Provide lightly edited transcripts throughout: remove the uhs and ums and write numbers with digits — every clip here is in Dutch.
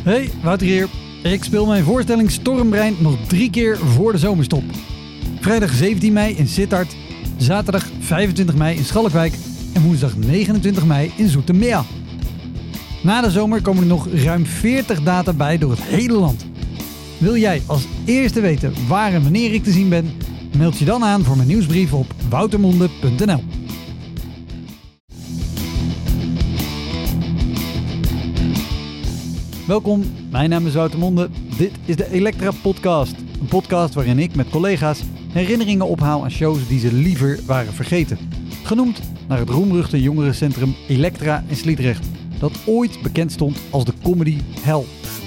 Hey, Wouter hier. Ik speel mijn voorstelling Stormbrein nog 3 keer voor de zomerstop. Vrijdag 17 mei in Sittard, zaterdag 25 mei in Schalkwijk en woensdag 29 mei in Zoetermeer. Na de zomer komen er nog ruim 40 data bij door het hele land. Wil jij als eerste weten waar en wanneer ik te zien ben? Meld je dan aan voor mijn nieuwsbrief op woutermonde.nl. Welkom, mijn naam is Wouter Monde. Dit is de Elektra Podcast. Een podcast waarin ik met collega's herinneringen ophaal aan shows die ze liever waren vergeten. Genoemd naar het roemruchte jongerencentrum Elektra in Sliedrecht, dat ooit bekend stond als de comedy hell.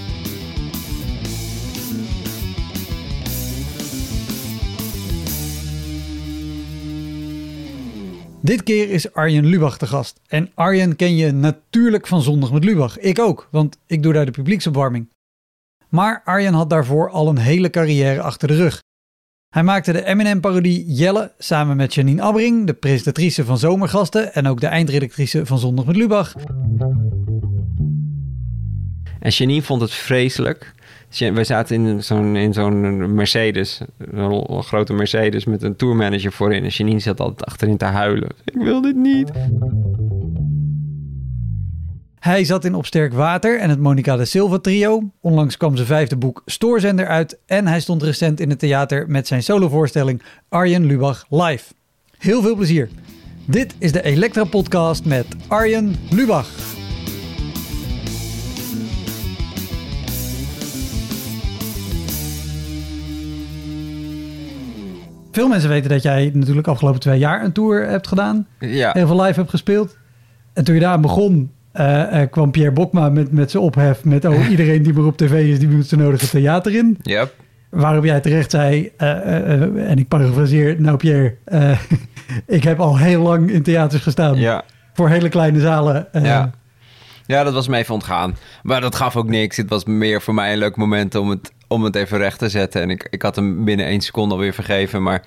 Dit keer is Arjen Lubach te gast. En Arjen ken je natuurlijk van Zondag met Lubach. Ik ook, want ik doe daar de publieksopwarming. Maar Arjen had daarvoor al een hele carrière achter de rug. Hij maakte de Eminem-parodie Jelle samen met Janine Abbring, de presentatrice van Zomergasten en ook de eindredactrice van Zondag met Lubach. En Janine vond het vreselijk. We zaten in zo'n Mercedes, een grote Mercedes met een tourmanager voorin. En Janine zat altijd achterin te huilen. Ik wil dit niet. Hij zat in Op Sterk Water en het Monica da Silva trio. Onlangs kwam zijn 5e boek Stoorzender uit. En hij stond recent in het theater met zijn solovoorstelling Arjen Lubach Live. Heel veel plezier. Dit is de Elektra Podcast met Arjen Lubach. Veel mensen weten dat jij natuurlijk afgelopen 2 jaar een tour hebt gedaan. Ja. Heel veel live hebt gespeeld. En toen je daar begon, kwam Pierre Bokma met zijn ophef met iedereen die maar op tv is, die moet zo nodig het theater in. Yep. Waarop jij terecht zei, en ik parafraseer, nou Pierre, ik heb al heel lang in theaters gestaan. Ja. Voor hele kleine zalen. Ja, dat was me even ontgaan. Maar dat gaf ook niks. Het was meer voor mij een leuk moment om het even recht te zetten. En ik had hem binnen 1 seconde alweer vergeven. Maar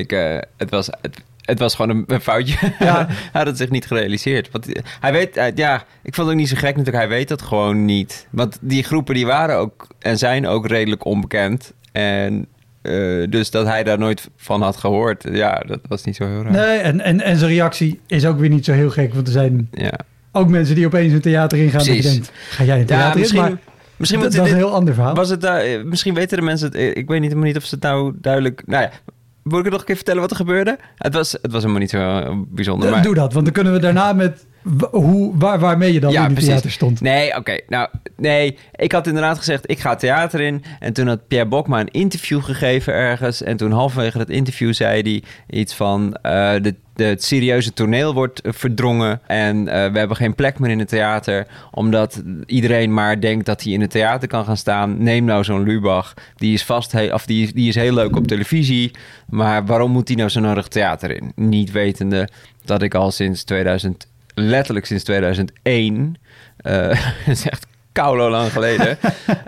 het was gewoon een foutje. Ja. Hij had het zich niet gerealiseerd. Want hij weet, ik vond het ook niet zo gek natuurlijk. Hij weet dat gewoon niet. Want die groepen die waren ook en zijn ook redelijk onbekend. En dus dat hij daar nooit van had gehoord. Ja, dat was niet zo heel raar. Nee, en zijn reactie is ook weer niet zo heel gek. Want er zijn ook mensen die opeens een theater ingaan. En je denkt, ga jij een theater in? Maar misschien dat is een heel ander verhaal. Was het, misschien weten de mensen het. Ik weet niet of ze het nou duidelijk. Nou ja, moet ik het nog een keer vertellen wat er gebeurde? Het was helemaal niet zo bijzonder. Maar... Doe dat, want dan kunnen we daarna met waarmee je dan in het theater stond. Nee, oké. Nee, ik had inderdaad gezegd, ik ga het theater in. En toen had Pierre Bokma een interview gegeven ergens. En toen halverwege dat interview zei hij iets van... Het serieuze toneel wordt verdrongen en we hebben geen plek meer in het theater, omdat iedereen maar denkt dat hij in het theater kan gaan staan. Neem nou zo'n Lubach, die is heel leuk op televisie, maar waarom moet hij nou zo nodig theater in? Niet wetende dat ik al letterlijk sinds 2001, dat is echt koulo lang geleden,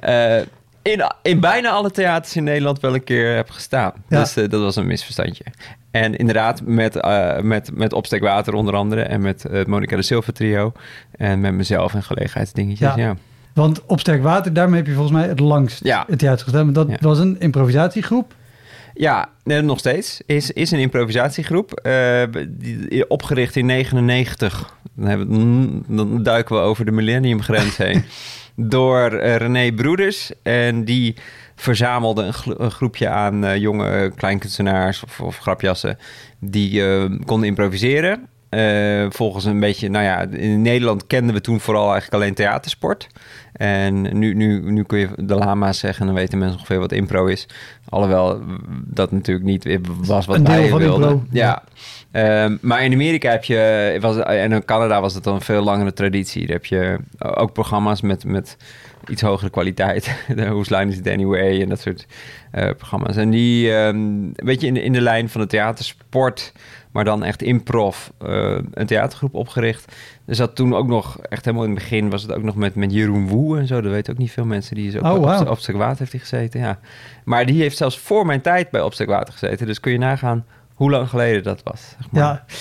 in bijna alle theaters in Nederland wel een keer heb gestaan. Ja. Dus dat was een misverstandje. En inderdaad, met Op Sterk Water onder andere en met het Monica da Silva trio en met mezelf en gelegenheidsdingetjes, ja. Want Op Sterk Water, daarmee heb je volgens mij het langst het theater gestaan. Dat was een improvisatiegroep. Ja, nee, nog steeds. Is een improvisatiegroep. Opgericht in 1999. Dan duiken we over de millenniumgrens heen. Door René Broeders. En die verzamelde een groepje aan jonge kleinkunstenaars of grapjassen die konden improviseren. Volgens een beetje, in Nederland kenden we toen vooral eigenlijk alleen theatersport. En nu kun je de lama's zeggen en dan weten mensen ongeveer wat impro is. Alhoewel dat natuurlijk niet was wat wij wilden. Ja. Maar in Amerika en in Canada was het dan een veel langere traditie. Daar heb je ook programma's met iets hogere kwaliteit. Whose Line Is It Anyway en dat soort programma's. En die, weet je, in de lijn van de theatersport, maar dan echt improv, een theatergroep opgericht. Er zat toen ook nog, echt helemaal in het begin, was het ook nog met Jeroen Woe en zo. Dat weten ook niet veel mensen. Die is ook op Sterk Water heeft hij gezeten, ja. Maar die heeft zelfs voor mijn tijd bij Op Sterk Water gezeten. Dus kun je nagaan hoe lang geleden dat was. Zeg maar. Ja.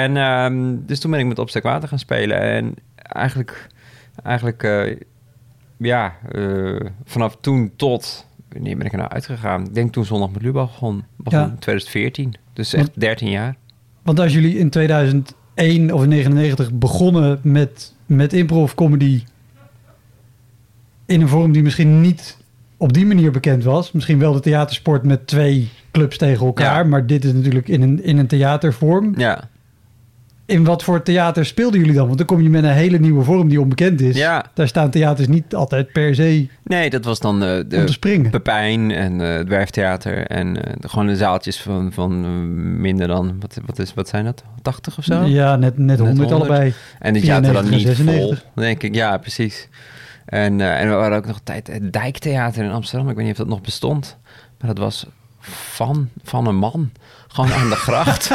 En dus toen ben ik met Op Sterk Water gaan spelen. En eigenlijk vanaf toen tot... Wanneer ben ik er nou uitgegaan? Ik denk toen Zondag met Lubach begon 2014. Dus echt 13 jaar. Want als jullie in 2001 of in 99 begonnen met improv comedy... in een vorm die misschien niet op die manier bekend was. Misschien wel de theatersport met 2 clubs tegen elkaar. Ja. Maar dit is natuurlijk in een theatervorm. Ja. In wat voor theater speelden jullie dan? Want dan kom je met een hele nieuwe vorm die onbekend is. Ja. Daar staan theaters niet altijd per se... Nee, dat was dan de Pepijn en het Werftheater. En gewoon de zaaltjes van minder dan... Wat zijn dat? 80 of zo? Ja, net 100 allebei. En die zaten dan niet 96. Vol, denk ik. Ja, precies. En we waren ook nog een tijd het Dijktheater in Amsterdam. Ik weet niet of dat nog bestond. Maar dat was van een man. Gewoon aan de gracht.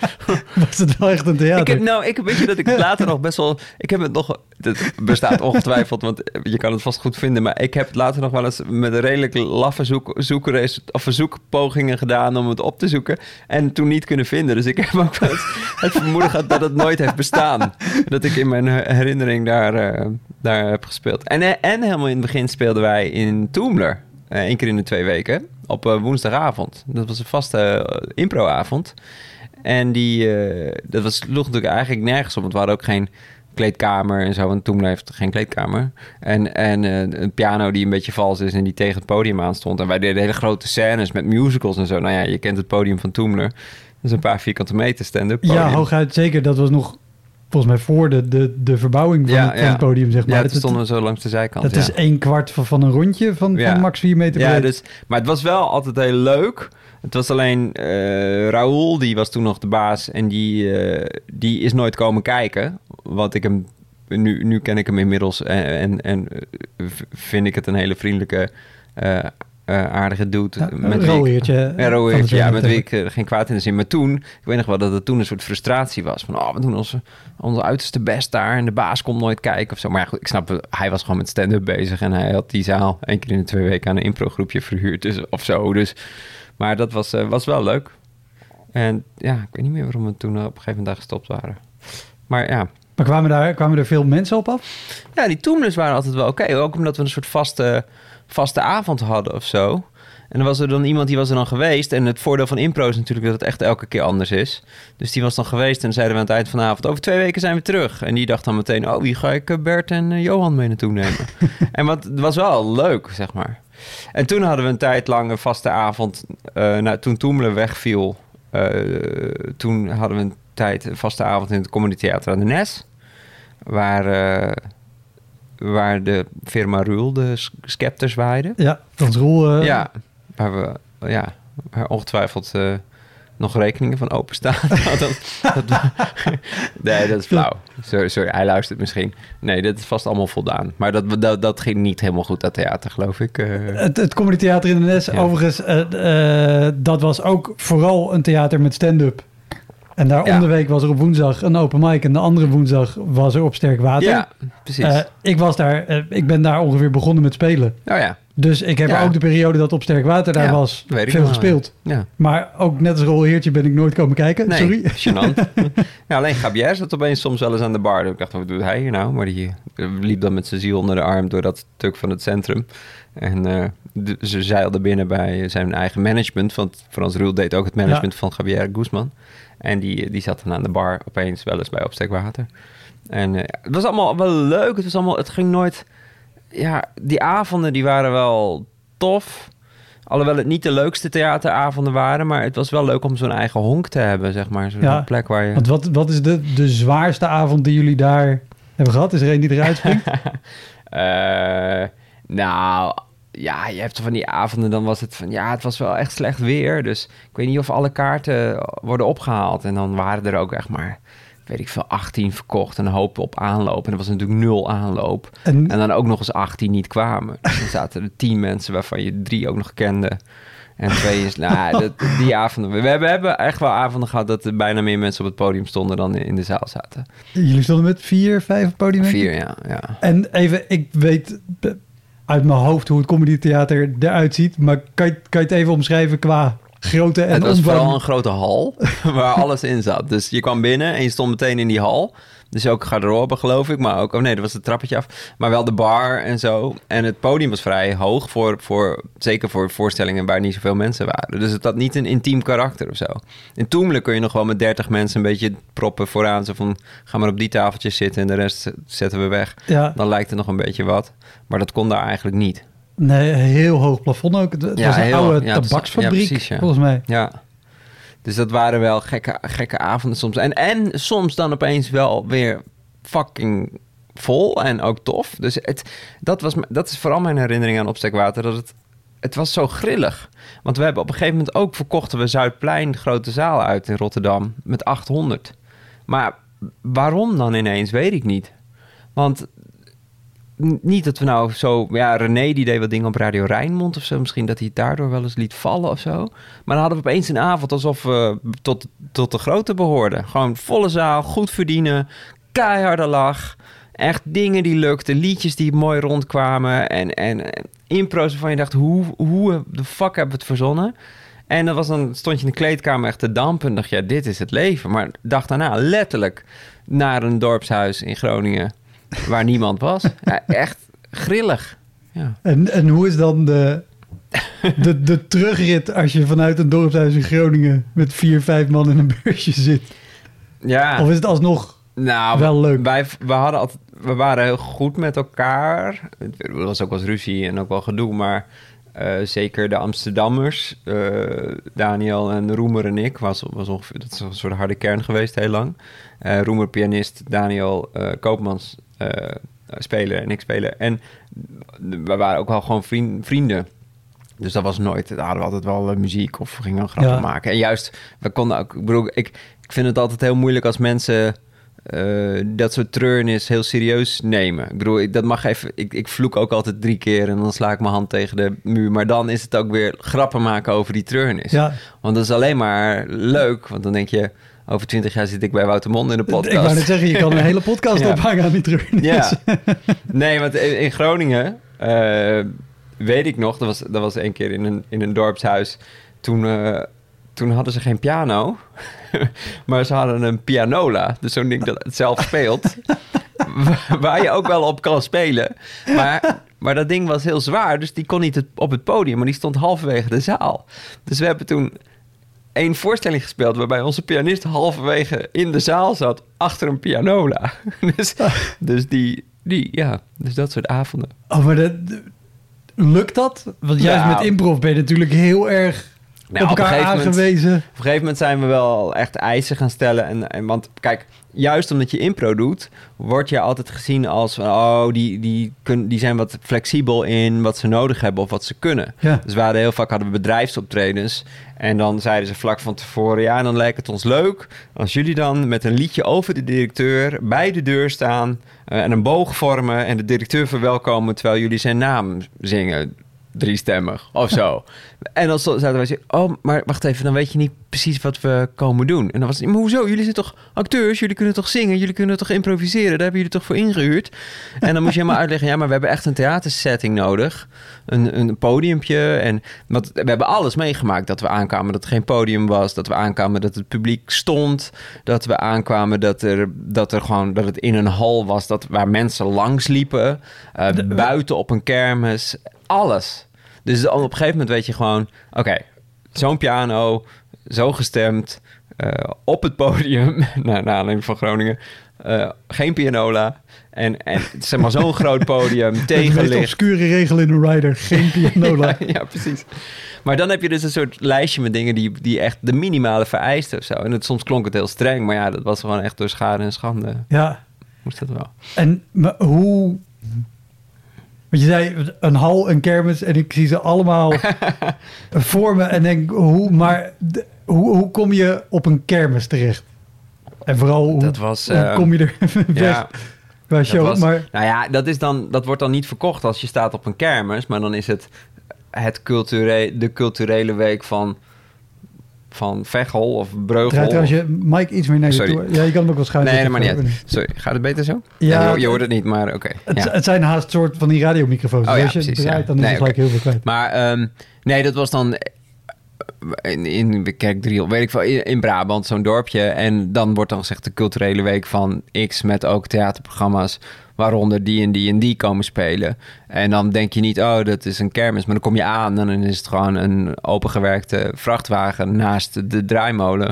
Was het wel echt een theater? Ik weet je dat ik later nog best wel... Ik heb het nog... Het bestaat ongetwijfeld, want je kan het vast goed vinden. Maar ik heb het later nog wel eens met een redelijk laffe zoekpogingen gedaan om het op te zoeken. En toen niet kunnen vinden. Dus ik heb ook wel het vermoeden gehad dat het nooit heeft bestaan. Dat ik in mijn herinnering daar heb gespeeld. En helemaal in het begin speelden wij in Toomler. 1 keer in de 2 weken. Op woensdagavond. Dat was een vaste improavond. En dat sloeg natuurlijk eigenlijk nergens op. Want we hadden ook geen kleedkamer en zo. Want toen heeft geen kleedkamer. En een piano die een beetje vals is en die tegen het podium aan stond. En wij deden hele grote scènes met musicals en zo. Nou ja, je kent het podium van Toomler. Dat is een paar vierkante meter stand-up podium. Ja, hooguit zeker. Dat was nog... Volgens mij voor de verbouwing van het podium, zeg maar. Ja, het stonden zo langs de zijkant. Het is 1/4 van een rondje van max 4 meter breed. Ja, dus, maar het was wel altijd heel leuk. Het was alleen Raoul, die was toen nog de baas. En die is nooit komen kijken. Want ik hem... Nu ken ik hem inmiddels. En vind ik het een hele vriendelijke... aardige dude. Roheertje. Met wie ik geen kwaad in de zin. Maar toen, ik weet nog wel dat het toen een soort frustratie was. Van, we doen onze uiterste best daar. En de baas komt nooit kijken of zo. Maar ja, goed, ik snap, hij was gewoon met stand-up bezig. En hij had die zaal 1 keer in de 2 weken aan een improgroepje verhuurd. Dus, of zo. Dus, maar dat was wel leuk. En ja, ik weet niet meer waarom we toen op een gegeven moment daar gestopt waren. Maar ja. Maar kwamen er veel mensen op af? Ja, die Toomlers waren altijd wel oké. Ook omdat we een soort vaste avond hadden of zo. En dan was er dan iemand die was er dan geweest. En het voordeel van impro is natuurlijk dat het echt elke keer anders is. Dus die was dan geweest en zeiden we aan het eind van de avond... over 2 weken zijn we terug. En die dacht dan meteen... wie ga ik Bert en Johan mee naartoe nemen? En het was wel leuk, zeg maar. En toen hadden we een tijd lang een vaste avond... toen Toomler wegviel... toen hadden we een vaste avond in het Comedy Theater aan de Nes. Waar de firma Ruhl de scepters waaide. Ja, Frans Roel. Ja, waar ongetwijfeld nog rekeningen van openstaan. Nee, dat is flauw. Sorry, hij luistert misschien. Nee, dat is vast allemaal voldaan. Maar dat ging niet helemaal goed, dat theater, geloof ik. Het Comedy Theater in de Nes, overigens, dat was ook vooral een theater met stand-up. En daar om de week was er op woensdag een open mic. En de andere woensdag was er op Sterk Water. Ja, precies. Ik ben daar ongeveer begonnen met spelen. Oh ja. Dus ik heb ook de periode dat op Sterk Water daar was veel gespeeld. Ja. Maar ook net als Rolheertje ben ik nooit komen kijken. Nee, sorry. Gênant. Ja, alleen Gabier zat opeens soms wel eens aan de bar. Ik dacht, wat doet hij hier nou? Maar die liep dan met zijn ziel onder de arm door dat stuk van het centrum. En ze zeilde binnen bij zijn eigen management. Want Frans Ruhl deed ook het management van Gabier Guzman. En die zat dan aan de bar opeens wel eens bij Opsteek Water. En het was allemaal wel leuk. Het ging nooit... Ja, die avonden die waren wel tof. Alhoewel het niet de leukste theateravonden waren. Maar het was wel leuk om zo'n eigen honk te hebben, zeg maar. Zo'n plek waar je... Want wat is de zwaarste avond die jullie daar hebben gehad? Is er een die eruit springt? Nou... Ja, je hebt van die avonden, dan was het van... Ja, het was wel echt slecht weer. Dus ik weet niet of alle kaarten worden opgehaald. En dan waren er ook echt maar, weet ik veel, 18 verkocht. En een hoop op aanloop. En er was natuurlijk 0 aanloop. En dan ook nog eens 18 niet kwamen. Dus dan zaten er 10 mensen waarvan je 3 ook nog kende. En 2 is... die avonden... We hebben echt wel avonden gehad dat er bijna meer mensen op het podium stonden dan in de zaal zaten. Jullie stonden met 4, 5 op het podium? 4, ja. En even, ik weet... uit mijn hoofd hoe het Comedy Theater eruit ziet. Maar kan je het even omschrijven qua grootte en omvang? Het was vooral een grote hal waar alles in zat. Dus je kwam binnen en je stond meteen in die hal. Dus ook garderobe, geloof ik. Maar ook, oh nee, dat was het trappetje af. Maar wel de bar en zo. En het podium was vrij hoog, zeker voor voorstellingen waar niet zoveel mensen waren. Dus het had niet een intiem karakter of zo. In Toemelen kun je nog wel met 30 mensen een beetje proppen vooraan. Zo van, ga maar op die tafeltjes zitten en de rest zetten we weg. Ja. Dan lijkt het nog een beetje wat. Maar dat kon daar eigenlijk niet. Nee, heel hoog plafond ook. Het was een oude tabaksfabriek, volgens mij. Ja. Dus dat waren wel gekke avonden soms. En soms dan opeens wel weer fucking vol en ook tof. Dus dat is vooral mijn herinnering aan Opstekwater. Dat het was zo grillig. Want we hebben op een gegeven moment ook verkochten we Zuidplein, grote zaal uit in Rotterdam, met 800. Maar waarom dan ineens, weet ik niet. Want niet dat we nou zo... Ja, René die deed wat dingen op Radio Rijnmond of zo. Misschien dat hij het daardoor wel eens liet vallen of zo. Maar dan hadden we opeens een avond alsof we tot de grote behoorden. Gewoon volle zaal, goed verdienen, keiharde lach. Echt dingen die lukten, liedjes die mooi rondkwamen. En impro's waarvan je dacht, hoe de fuck hebben we het verzonnen? En dan stond je in de kleedkamer echt te dampen en dacht, ja, dit is het leven. Maar de dag daarna letterlijk naar een dorpshuis in Groningen... waar niemand was. Ja, echt grillig. Ja. En hoe is dan de terugrit als je vanuit een dorpshuis in Groningen met 4-5 man in een beursje zit? Ja. Of is het alsnog wel leuk? We waren heel goed met elkaar. Er was ook wel eens ruzie en ook wel gedoe, maar zeker de Amsterdammers, Daniel en Roemer en ik, was ongeveer, dat is een soort harde kern geweest heel lang. Roemer pianist, Daniel Koopmans speler en ik speler. En we waren ook wel gewoon vrienden. Dus dat was nooit, daar hadden we altijd wel muziek of we gingen een grapje maken. En juist, we konden ook, ik vind het altijd heel moeilijk als mensen dat soort treurnis heel serieus nemen. Ik bedoel, dat mag even, ik vloek ook altijd 3 keer en dan sla ik mijn hand tegen de muur. Maar dan is het ook weer grappen maken over die treurnis. Ja. Want dat is alleen maar leuk, want dan denk je, over 20 jaar zit ik bij Wouter Monde in de podcast. Ik wou net zeggen, je kan een hele podcast ophangen aan die treurnis. Ja. Nee, want in Groningen, weet ik nog, dat was 1 keer in een dorpshuis. Toen hadden ze geen piano, maar ze hadden een pianola. Dus zo'n ding dat het zelf speelt, waar je ook wel op kan spelen. Maar dat ding was heel zwaar, dus die kon niet op het podium, maar die stond halverwege de zaal. Dus we hebben toen 1 voorstelling gespeeld waarbij onze pianist halverwege in de zaal zat achter een pianola. Dus dat soort avonden. Oh, maar lukt dat? Want juist met improv ben je natuurlijk heel erg op elkaar aangewezen. Op een gegeven moment zijn we wel echt eisen gaan stellen. Want kijk, juist omdat je impro doet, word je altijd gezien als die zijn wat flexibel in wat ze nodig hebben of wat ze kunnen. Ja. Dus heel vaak hadden we bedrijfsoptredens. En dan zeiden ze vlak van tevoren, ja, dan lijkt het ons leuk als jullie dan met een liedje over de directeur bij de deur staan en een boog vormen en de directeur verwelkomen terwijl jullie zijn naam zingen. 3-stemmig of zo. En dan zaten wij zeggen, oh, maar wacht even, dan weet je niet precies wat we komen doen. En dan was het, maar hoezo? Jullie zijn toch acteurs? Jullie kunnen toch zingen? Jullie kunnen toch improviseren? Daar hebben jullie toch voor ingehuurd? En dan moest je helemaal uitleggen, ja, maar we hebben echt een theatersetting nodig. Een podiumpje. Want we hebben alles meegemaakt. Dat we aankwamen dat er geen podium was. Dat we aankwamen dat het publiek stond. Dat we aankwamen dat het in een hal was waar mensen langs liepen. Buiten op een kermis. Alles. Dus op een gegeven moment weet je gewoon, oké, zo'n piano, zo gestemd, op het podium, naar aanleiding van Groningen, geen pianola en zeg maar zo'n groot podium, tegenlicht. De obscure regel in een rider, geen pianola. ja, precies. Maar dan heb je dus een soort lijstje met dingen die echt de minimale vereisten of zo. En soms klonk het heel streng, maar ja, dat was gewoon echt door schade en schande. Ja. Moest dat wel. En hoe... Want je zei een hal, een kermis en ik zie ze allemaal voor me en denk, hoe kom je op een kermis terecht? En vooral, hoe kom je er weg qua show? Nou ja, dat wordt dan niet verkocht als je staat op een kermis, maar dan is het de culturele week van Veghel of Breugel. Draai trouwens je Mike iets meer naar je toe. Ja, je kan hem ook wel schuiven. Nee, maar niet. Sorry, gaat het beter zo? Ja, je hoort het niet, maar oké. Het zijn haast soort van die radiomicrofoons. Oh, dus als je het draait, dan is het gelijk heel veel kwijt. Maar nee, dat was dan in Kerkdriel, weet ik veel, in Brabant, zo'n dorpje. En dan wordt dan gezegd de culturele week van X met ook theaterprogramma's, waaronder die en die komen spelen. En dan denk je niet, dat is een kermis. Maar dan kom je aan en dan is het gewoon een opengewerkte vrachtwagen naast de draaimolen.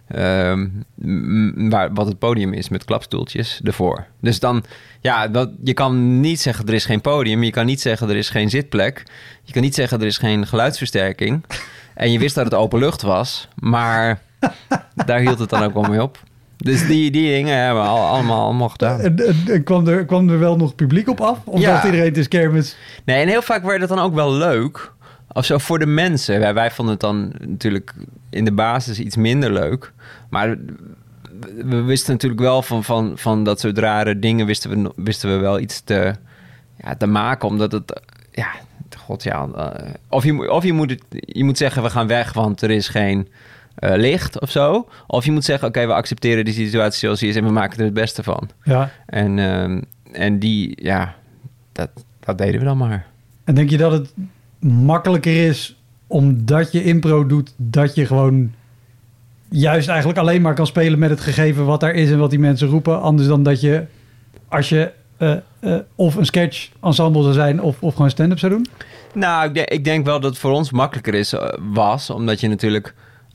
Wat het podium is met klapstoeltjes ervoor. Dus dan, je kan niet zeggen er is geen podium. Je kan niet zeggen er is geen zitplek. Je kan niet zeggen er is geen geluidsversterking. En je wist dat het open lucht was. Maar daar hield het dan ook wel mee op. Dus die dingen hebben we allemaal gedaan. En kwam er wel nog publiek op af? Of dacht iedereen het is kermis? Nee, en heel vaak werd het dan ook wel leuk. Of zo voor de mensen. Wij vonden het dan natuurlijk in de basis iets minder leuk. Maar we wisten natuurlijk wel van dat soort rare dingen wisten we wel iets te maken. Omdat het... Of je moet zeggen, we gaan weg, want er is geen licht of zo. Of je moet zeggen, oké, we accepteren die situatie zoals die is en we maken er het beste van. Ja. En dat deden we dan maar. En denk je dat het makkelijker is omdat je impro doet, dat je gewoon juist eigenlijk alleen maar kan spelen met het gegeven wat daar is en wat die mensen roepen, anders dan dat je, als je of een sketch ensemble zou zijn of gewoon stand-up zou doen? Nou, ik denk wel dat het voor ons makkelijker was, omdat je natuurlijk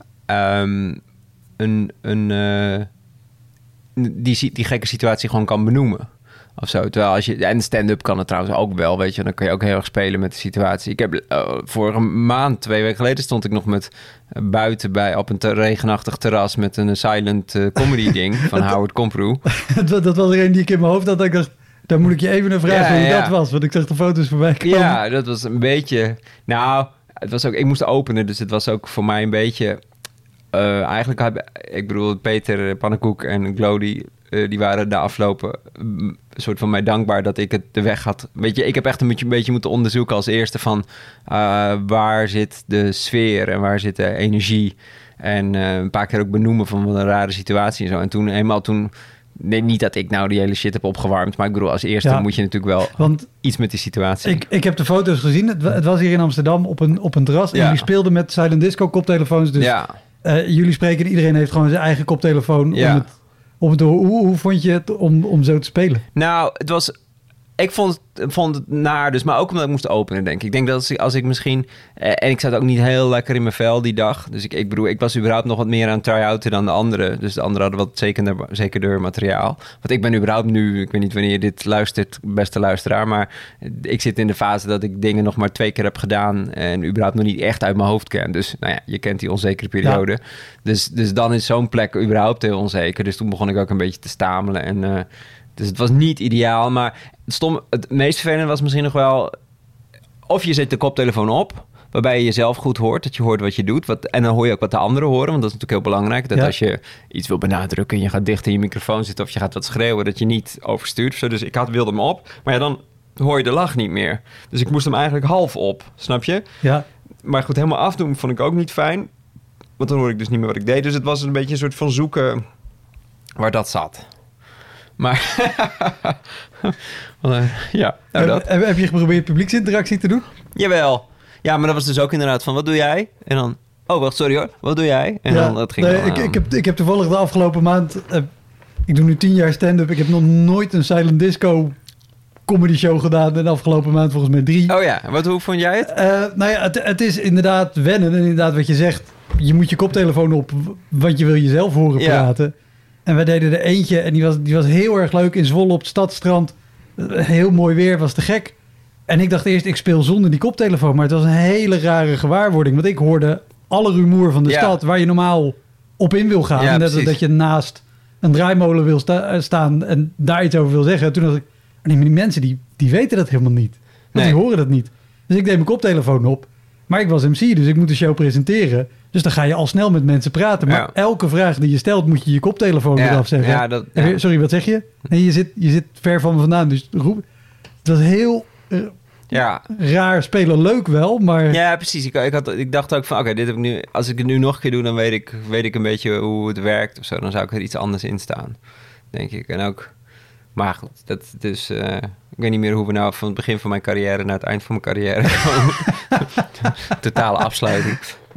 die gekke situatie gewoon kan benoemen. Of zo. Terwijl en stand-up kan het trouwens ook wel, weet je. Dan kun je ook heel erg spelen met de situatie. Ik heb vorige maand, 2 weken geleden, stond ik nog met buiten op een regenachtig terras met een silent comedy ding van Howard Komproe. Dat was er een die ik in mijn hoofd had. Ik dacht, daar moet ik je even een vraag hoe dat was. Want ik zag de foto's voorbij komen. Ja, dat was een beetje... Nou, het was ook... Ik moest openen, dus het was ook voor mij een beetje... ik bedoel, Peter Pannenkoek en Glody, die waren na aflopen een soort van mij dankbaar dat ik het de weg had. Weet je, ik heb echt een beetje moeten onderzoeken als eerste van waar zit de sfeer en waar zit de energie. En een paar keer ook benoemen van wat een rare situatie en zo. En toen nee, niet dat ik nou die hele shit heb opgewarmd, maar ik bedoel, als eerste moet je natuurlijk wel iets met die situatie. Ik heb de foto's gezien. Het was hier in Amsterdam op een terras. En jullie speelden met silent disco koptelefoons. Dus jullie spreken, iedereen heeft gewoon zijn eigen koptelefoon hoe vond je het om zo te spelen? Nou, ik vond het naar, dus, maar ook omdat ik moest openen, denk ik. Ik denk dat als ik misschien... en ik zat ook niet heel lekker in mijn vel die dag. Dus ik bedoel, ik was überhaupt nog wat meer aan het try-outen dan de anderen. Dus de anderen hadden wat zekerder materiaal. Want ik ben überhaupt nu, ik weet niet wanneer je dit luistert, beste luisteraar, maar ik zit in de fase dat ik dingen nog maar 2 keer heb gedaan en überhaupt nog niet echt uit mijn hoofd ken. Dus je kent die onzekere periode. Ja. Dus dan is zo'n plek überhaupt heel onzeker. Dus toen begon ik ook een beetje te stamelen en... Dus het was niet ideaal, maar het meest vervelende was misschien nog wel... Of je zet de koptelefoon op, waarbij je jezelf goed hoort, dat je hoort wat je doet. En dan hoor je ook wat de anderen horen, want dat is natuurlijk heel belangrijk. Dat als je iets wil benadrukken en je gaat dicht in je microfoon zitten of je gaat wat schreeuwen, dat je niet overstuurt. Of zo. Dus ik wilde hem op, maar dan hoor je de lach niet meer. Dus ik moest hem eigenlijk half op, snap je? Ja. Maar goed, helemaal afdoen vond ik ook niet fijn, want dan hoor ik dus niet meer wat ik deed. Dus het was een beetje een soort van zoeken waar dat zat. Maar Heb je geprobeerd publieksinteractie te doen? Jawel. Ja, maar dat was dus ook inderdaad van, wat doe jij? En dan, wacht, sorry hoor, wat doe jij? En dan, dat ging ik heb toevallig de afgelopen maand... ik doe nu 10 jaar stand-up. Ik heb nog nooit een silent disco comedy show gedaan. En de afgelopen maand volgens mij 3. Oh ja, hoe vond jij het? Het is inderdaad wennen. En inderdaad wat je zegt, je moet je koptelefoon op, want je wil jezelf horen praten. En wij deden er eentje en die was heel erg leuk in Zwolle op het Stadstrand. Heel mooi weer, was te gek. En ik dacht eerst, ik speel zonder die koptelefoon. Maar het was een hele rare gewaarwording. Want ik hoorde alle rumoer van de stad waar je normaal op in wil gaan. Ja, dat je naast een draaimolen wil staan en daar iets over wil zeggen. En toen dacht ik, nee, maar die mensen die weten dat helemaal niet. Want die horen dat niet. Dus ik deed mijn koptelefoon op. Maar ik was MC, dus ik moet de show presenteren. Dus dan ga je al snel met mensen praten. Maar elke vraag die je stelt, moet je je koptelefoon eraf zeggen. Sorry, wat zeg je? En je zit ver van me vandaan. Dus roep. Het was heel raar spelen. Leuk wel, maar... Ja, precies. Ik dacht ook van, dit heb ik nu... Als ik het nu nog een keer doe, dan weet ik een beetje hoe het werkt of zo. Dan zou ik er iets anders in staan, denk ik. En ook... Maar goed, ik weet niet meer hoe we nou van het begin van mijn carrière naar het eind van mijn carrière komen. Totale afsluiting.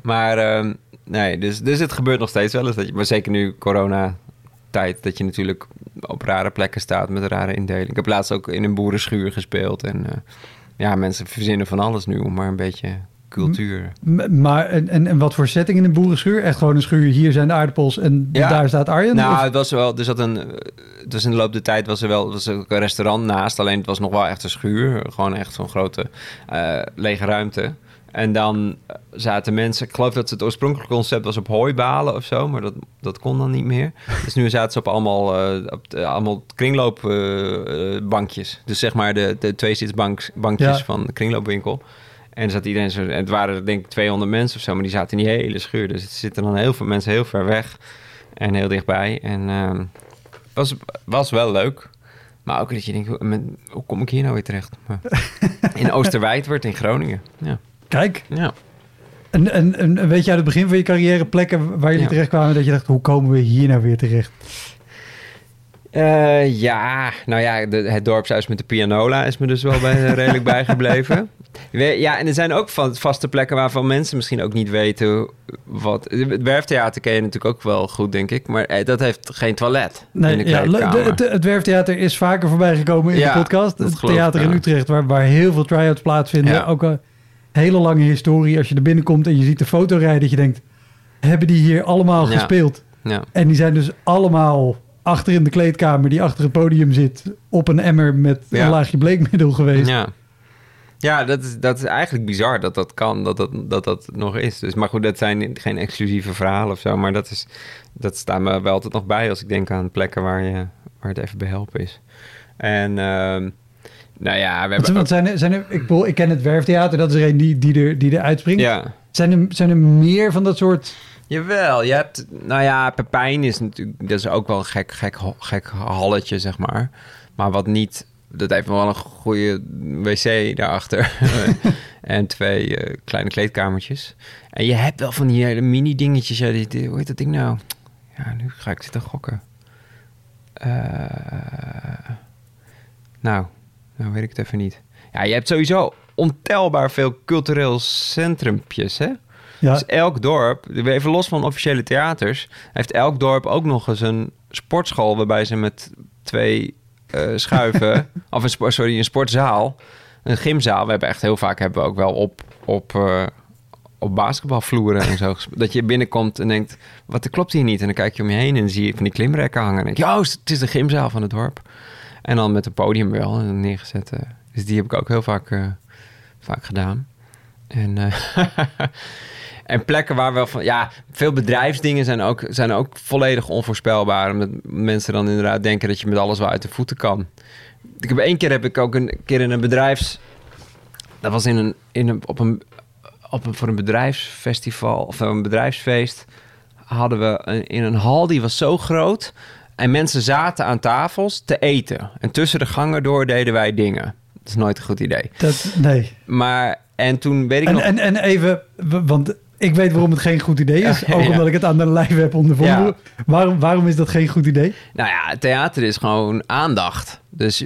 Maar nee, dus het gebeurt nog steeds wel eens. Maar zeker nu corona-tijd, dat je natuurlijk op rare plekken staat met een rare indeling. Ik heb laatst ook in een boerenschuur gespeeld. En mensen verzinnen van alles nu om maar een beetje cultuur. Maar en wat voor setting in een boerenschuur? Echt gewoon een schuur, hier zijn de aardappels en daar staat Arjen? Nou, het was wel, dus in de loop der tijd was er ook een restaurant naast. Alleen het was nog wel echt een schuur. Gewoon echt zo'n grote lege ruimte. En dan zaten mensen... Ik geloof dat het oorspronkelijke concept was op hooibalen of zo. Maar dat kon dan niet meer. Dus nu zaten ze op allemaal kringloopbankjes. Dus zeg maar de tweezitsbankjes van de kringloopwinkel. En zat iedereen zo... Het waren denk ik 200 mensen of zo. Maar die zaten in die hele schuur. Dus er zitten dan heel veel mensen heel ver weg. En heel dichtbij. En was wel leuk. Maar ook dat je denkt... Hoe kom ik hier nou weer terecht? In Oosterwijdwerd in Groningen. Ja. Kijk. Ja. En weet je uit het begin van je carrière plekken waar jullie terecht kwamen... dat je dacht, hoe komen we hier nou weer terecht? Het dorpshuis met de pianola is me dus wel redelijk bijgebleven. Ja, en er zijn ook vaste plekken waarvan mensen misschien ook niet weten wat... Het Werftheater ken je natuurlijk ook wel goed, denk ik. Maar dat heeft geen toilet in de kleedkamer. Het Werftheater is vaker voorbij gekomen in de podcast. Het theater in Utrecht, waar heel veel try-outs plaatsvinden. Ja. Ook een hele lange historie. Als je er binnenkomt en je ziet de fotorij, dat je denkt... hebben die hier allemaal gespeeld? Ja. En die zijn dus allemaal... achter in de kleedkamer, die achter het podium zit... op een emmer met een laagje bleekmiddel geweest. Ja, dat is eigenlijk bizar dat kan, dat nog is. Dus, maar goed, dat zijn geen exclusieve verhalen of zo... maar dat staat me wel altijd nog bij... als ik denk aan plekken waar het even behelpen is. En... we hebben... ik ken het Werftheater, dat is er een die er uitspringt. Ja. Zijn er meer van dat soort... Jawel, je hebt... Pepijn is natuurlijk... Dat is ook wel een gek halletje, zeg maar. Maar wat niet... Dat heeft wel een goede wc daarachter. En 2 kleine kleedkamertjes. En je hebt wel van die hele mini-dingetjes. Hoe heet dat ding nou? Ja, nu ga ik zitten gokken. Nou, weet ik het even niet. Ja, je hebt sowieso ontelbaar veel cultureel centrumpjes, hè? Ja. Dus elk dorp, even los van officiële theaters... heeft elk dorp ook nog eens een sportschool... waarbij ze met 2 schuiven... een sportzaal, een gymzaal. We hebben echt heel vaak ook wel op basketbalvloeren en zo... dat je binnenkomt en denkt, wat klopt hier niet? En dan kijk je om je heen en dan zie je van die klimrekken hangen... en denk je, het is de gymzaal van het dorp. En dan met een podium wel neergezet. Dus die heb ik ook heel vaak gedaan. En... En plekken waar wel van... Ja, veel bedrijfsdingen zijn ook volledig onvoorspelbaar. Omdat mensen dan inderdaad denken dat je met alles wel uit de voeten kan. Voor een bedrijfsfestival of een bedrijfsfeest... hadden we in een hal die was zo groot... en mensen zaten aan tafels te eten. En tussen de gangen door deden wij dingen. Dat is nooit een goed idee. Nee. Maar... En toen weet ik nog... En even... Want... Ik weet waarom het geen goed idee is. Ook omdat ik het aan de lijf heb ondervonden. Ja. Waarom is dat geen goed idee? Nou ja, theater is gewoon aandacht. Dus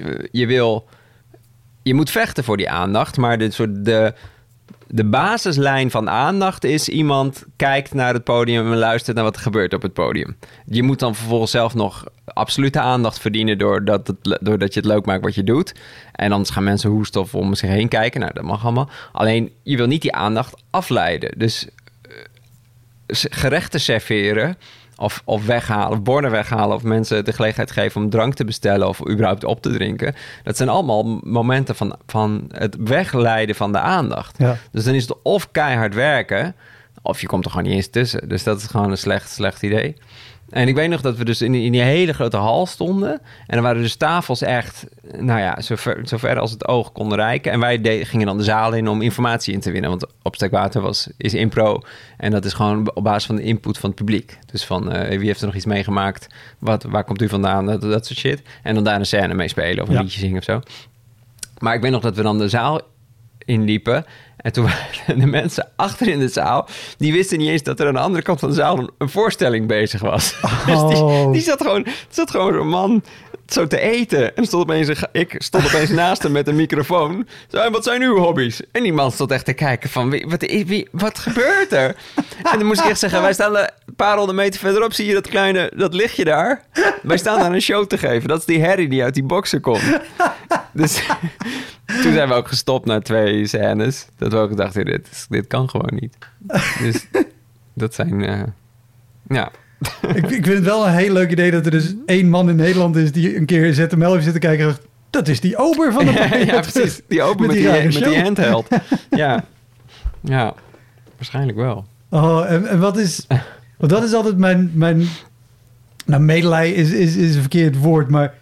je moet vechten voor die aandacht. Maar de basislijn van aandacht is... iemand kijkt naar het podium en luistert naar wat er gebeurt op het podium. Je moet dan vervolgens zelf nog absolute aandacht verdienen... doordat je het leuk maakt wat je doet. En anders gaan mensen hoesten of om zich heen kijken. Nou, dat mag allemaal. Alleen, je wil niet die aandacht afleiden. Dus gerechten serveren... Of weghalen, of borden weghalen... of mensen de gelegenheid geven om drank te bestellen... of überhaupt op te drinken. Dat zijn allemaal momenten van het wegleiden van de aandacht. Ja. Dus dan is het of keihard werken... of je komt er gewoon niet eens tussen. Dus dat is gewoon een slecht idee. En ik weet nog dat we dus in die hele grote hal stonden... en er waren dus tafels echt... zover als het oog kon reiken. En wij gingen dan de zaal in om informatie in te winnen. Want op Sterkwater is impro. En dat is gewoon op basis van de input van het publiek. Dus van wie heeft er nog iets meegemaakt? Waar komt u vandaan? Dat soort shit. En dan daar een scène mee spelen of een liedje zingen of zo. Maar ik weet nog dat we dan de zaal inliepen... En toen waren de mensen achter in de zaal... die wisten niet eens dat er aan de andere kant van de zaal... een voorstelling bezig was. Oh. Dus die zat gewoon zo'n man zo te eten. En ik stond opeens naast hem met een microfoon. Zo, en wat zijn uw hobby's? En die man stond echt te kijken van... wat gebeurt er? En dan moest ik echt zeggen... wij staan een paar 100 meter verderop... zie je dat lichtje daar? Wij staan daar een show te geven. Dat is die herrie die uit die boksen komt. Dus toen zijn we ook gestopt na 2 scènes. Dat we ook dachten, dit kan gewoon niet. Dus dat zijn... ja... Ik vind het wel een heel leuk idee dat er dus 1 man in Nederland is... die een keer ZML heeft zitten kijken... en dacht, dat is die ober van de... ja, precies. Die ober met die handheld. Ja, waarschijnlijk wel. Oh, en wat is... Want dat is altijd mijn nou, medelij is een verkeerd woord, maar...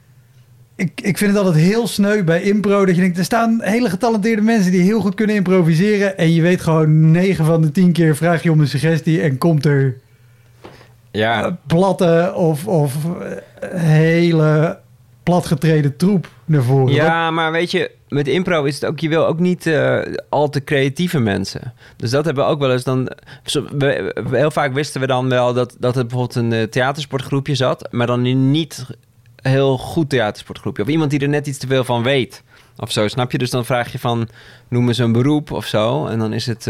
Ik vind het altijd heel sneu bij impro... dat je denkt, er staan hele getalenteerde mensen... die heel goed kunnen improviseren... en je weet gewoon 9 van de 10 keer vraag je om een suggestie... en komt er... Ja. Platte of hele platgetreden troep naar voren. Ja, maar weet je, met impro is het ook... je wil ook niet al te creatieve mensen. Dus dat hebben we ook wel eens dan... heel vaak wisten we dan wel dat er bijvoorbeeld een theatersportgroepje zat... maar dan niet heel goed theatersportgroepje. Of iemand die er net iets te veel van weet. Of zo, snap je? Dus dan vraag je van... noem eens een beroep of zo. En dan is het...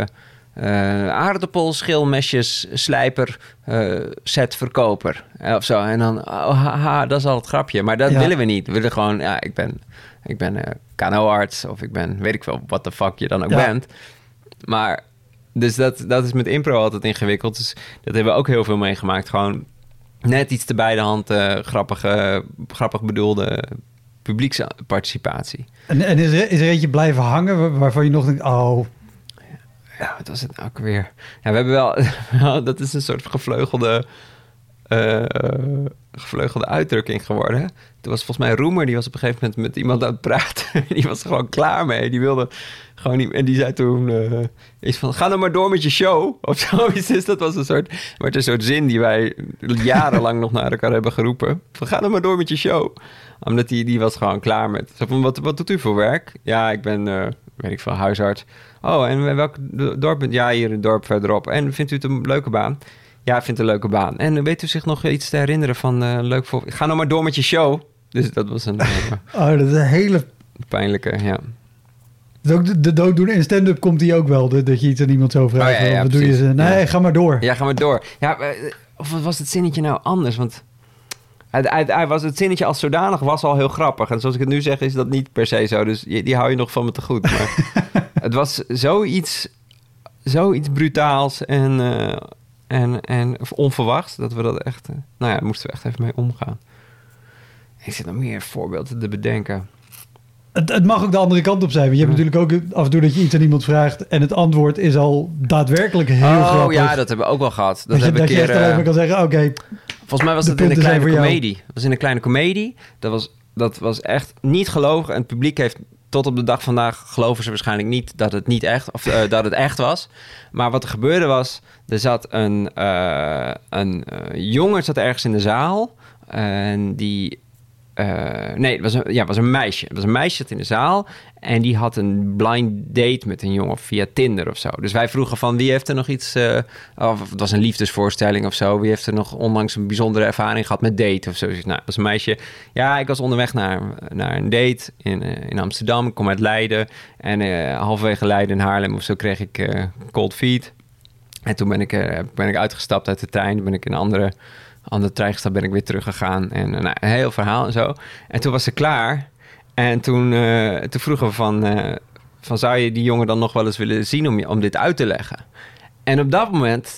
aardappel, schilmesjes, slijper, setverkoper of zo. En dan, dat is al het grapje. Maar dat willen we niet. We willen gewoon, ik ben KNO-arts of ik ben, weet ik wel, what the fuck je dan ook bent. Maar, dus dat is met impro altijd ingewikkeld. Dus dat hebben we ook heel veel meegemaakt. Gewoon net iets te bij de hand, grappig bedoelde publieksparticipatie. En is er eentje blijven hangen waarvan je nog denkt, oh... Ja, wat was het ook weer? Ja, we hebben wel... dat is een soort gevleugelde uitdrukking geworden. Toen was volgens mij Roemer, die was op een gegeven moment met iemand aan het praten. Die was er gewoon klaar mee. Die wilde gewoon niet... En die zei toen iets van, ga nou maar door met je show. Of zoiets. Dus dat was een soort zin die wij jarenlang nog naar elkaar hebben geroepen. Van, ga nou maar door met je show. Omdat die was gewoon klaar met... Zo van, wat doet u voor werk? Ja, ik ben, weet ik veel, huisarts. Oh, en welk dorp bent? Ja, hier een dorp verderop. En vindt u het een leuke baan? Ja, ik vind het een leuke baan. En weet u zich nog iets te herinneren van leuk voor... Ga nou maar door met je show. Dus dat was een... dat is een hele... pijnlijke, ja. Dus ook de dooddoener in stand-up komt die ook wel. Dat je iets aan iemand zo vraagt. Oh, ja, wat doe je ze? Nee, ga maar door. Ja, ga maar door. Ja, of wat was het zinnetje nou anders? Want... het zinnetje als zodanig was al heel grappig. En zoals ik het nu zeg, is dat niet per se zo. Dus die hou je nog van me te goed. Maar het was zoiets brutaals en onverwachts... dat we dat echt... daar moesten we echt even mee omgaan. Ik zit nog meer voorbeelden te bedenken. Het mag ook de andere kant op zijn. Want je hebt natuurlijk ook af en toe dat je iets aan iemand vraagt... en het antwoord is al daadwerkelijk heel grappig. Oh ja, dat hebben we ook wel gehad. Dat je echt alleen maar kan zeggen, oké... Volgens mij was het in een kleine comedie. Dat was in een kleine comedie. Dat was echt niet gelogen. En het publiek heeft tot op de dag vandaag... geloven ze waarschijnlijk niet dat het niet echt... of dat het echt was. Maar wat er gebeurde was... er zat een jongen zat ergens in de zaal... en die... nee, het was een meisje. Het was een meisje dat in de zaal... en die had een blind date met een jongen via Tinder of zo. Dus wij vroegen van wie heeft er nog iets... of het was een liefdesvoorstelling of zo. Wie heeft er nog onlangs een bijzondere ervaring gehad met daten of zo. Dus, dat was een meisje. Ja, ik was onderweg naar een date in Amsterdam. Ik kom uit Leiden. En halverwege Leiden en Haarlem of zo kreeg ik cold feet. En toen ben ik uitgestapt uit de trein. Toen ben ik in een andere trein gestapt, ben ik weer teruggegaan. En een heel verhaal en zo. En toen was ze klaar. En toen vroegen we van zou je die jongen dan nog wel eens willen zien om dit uit te leggen? En op dat moment,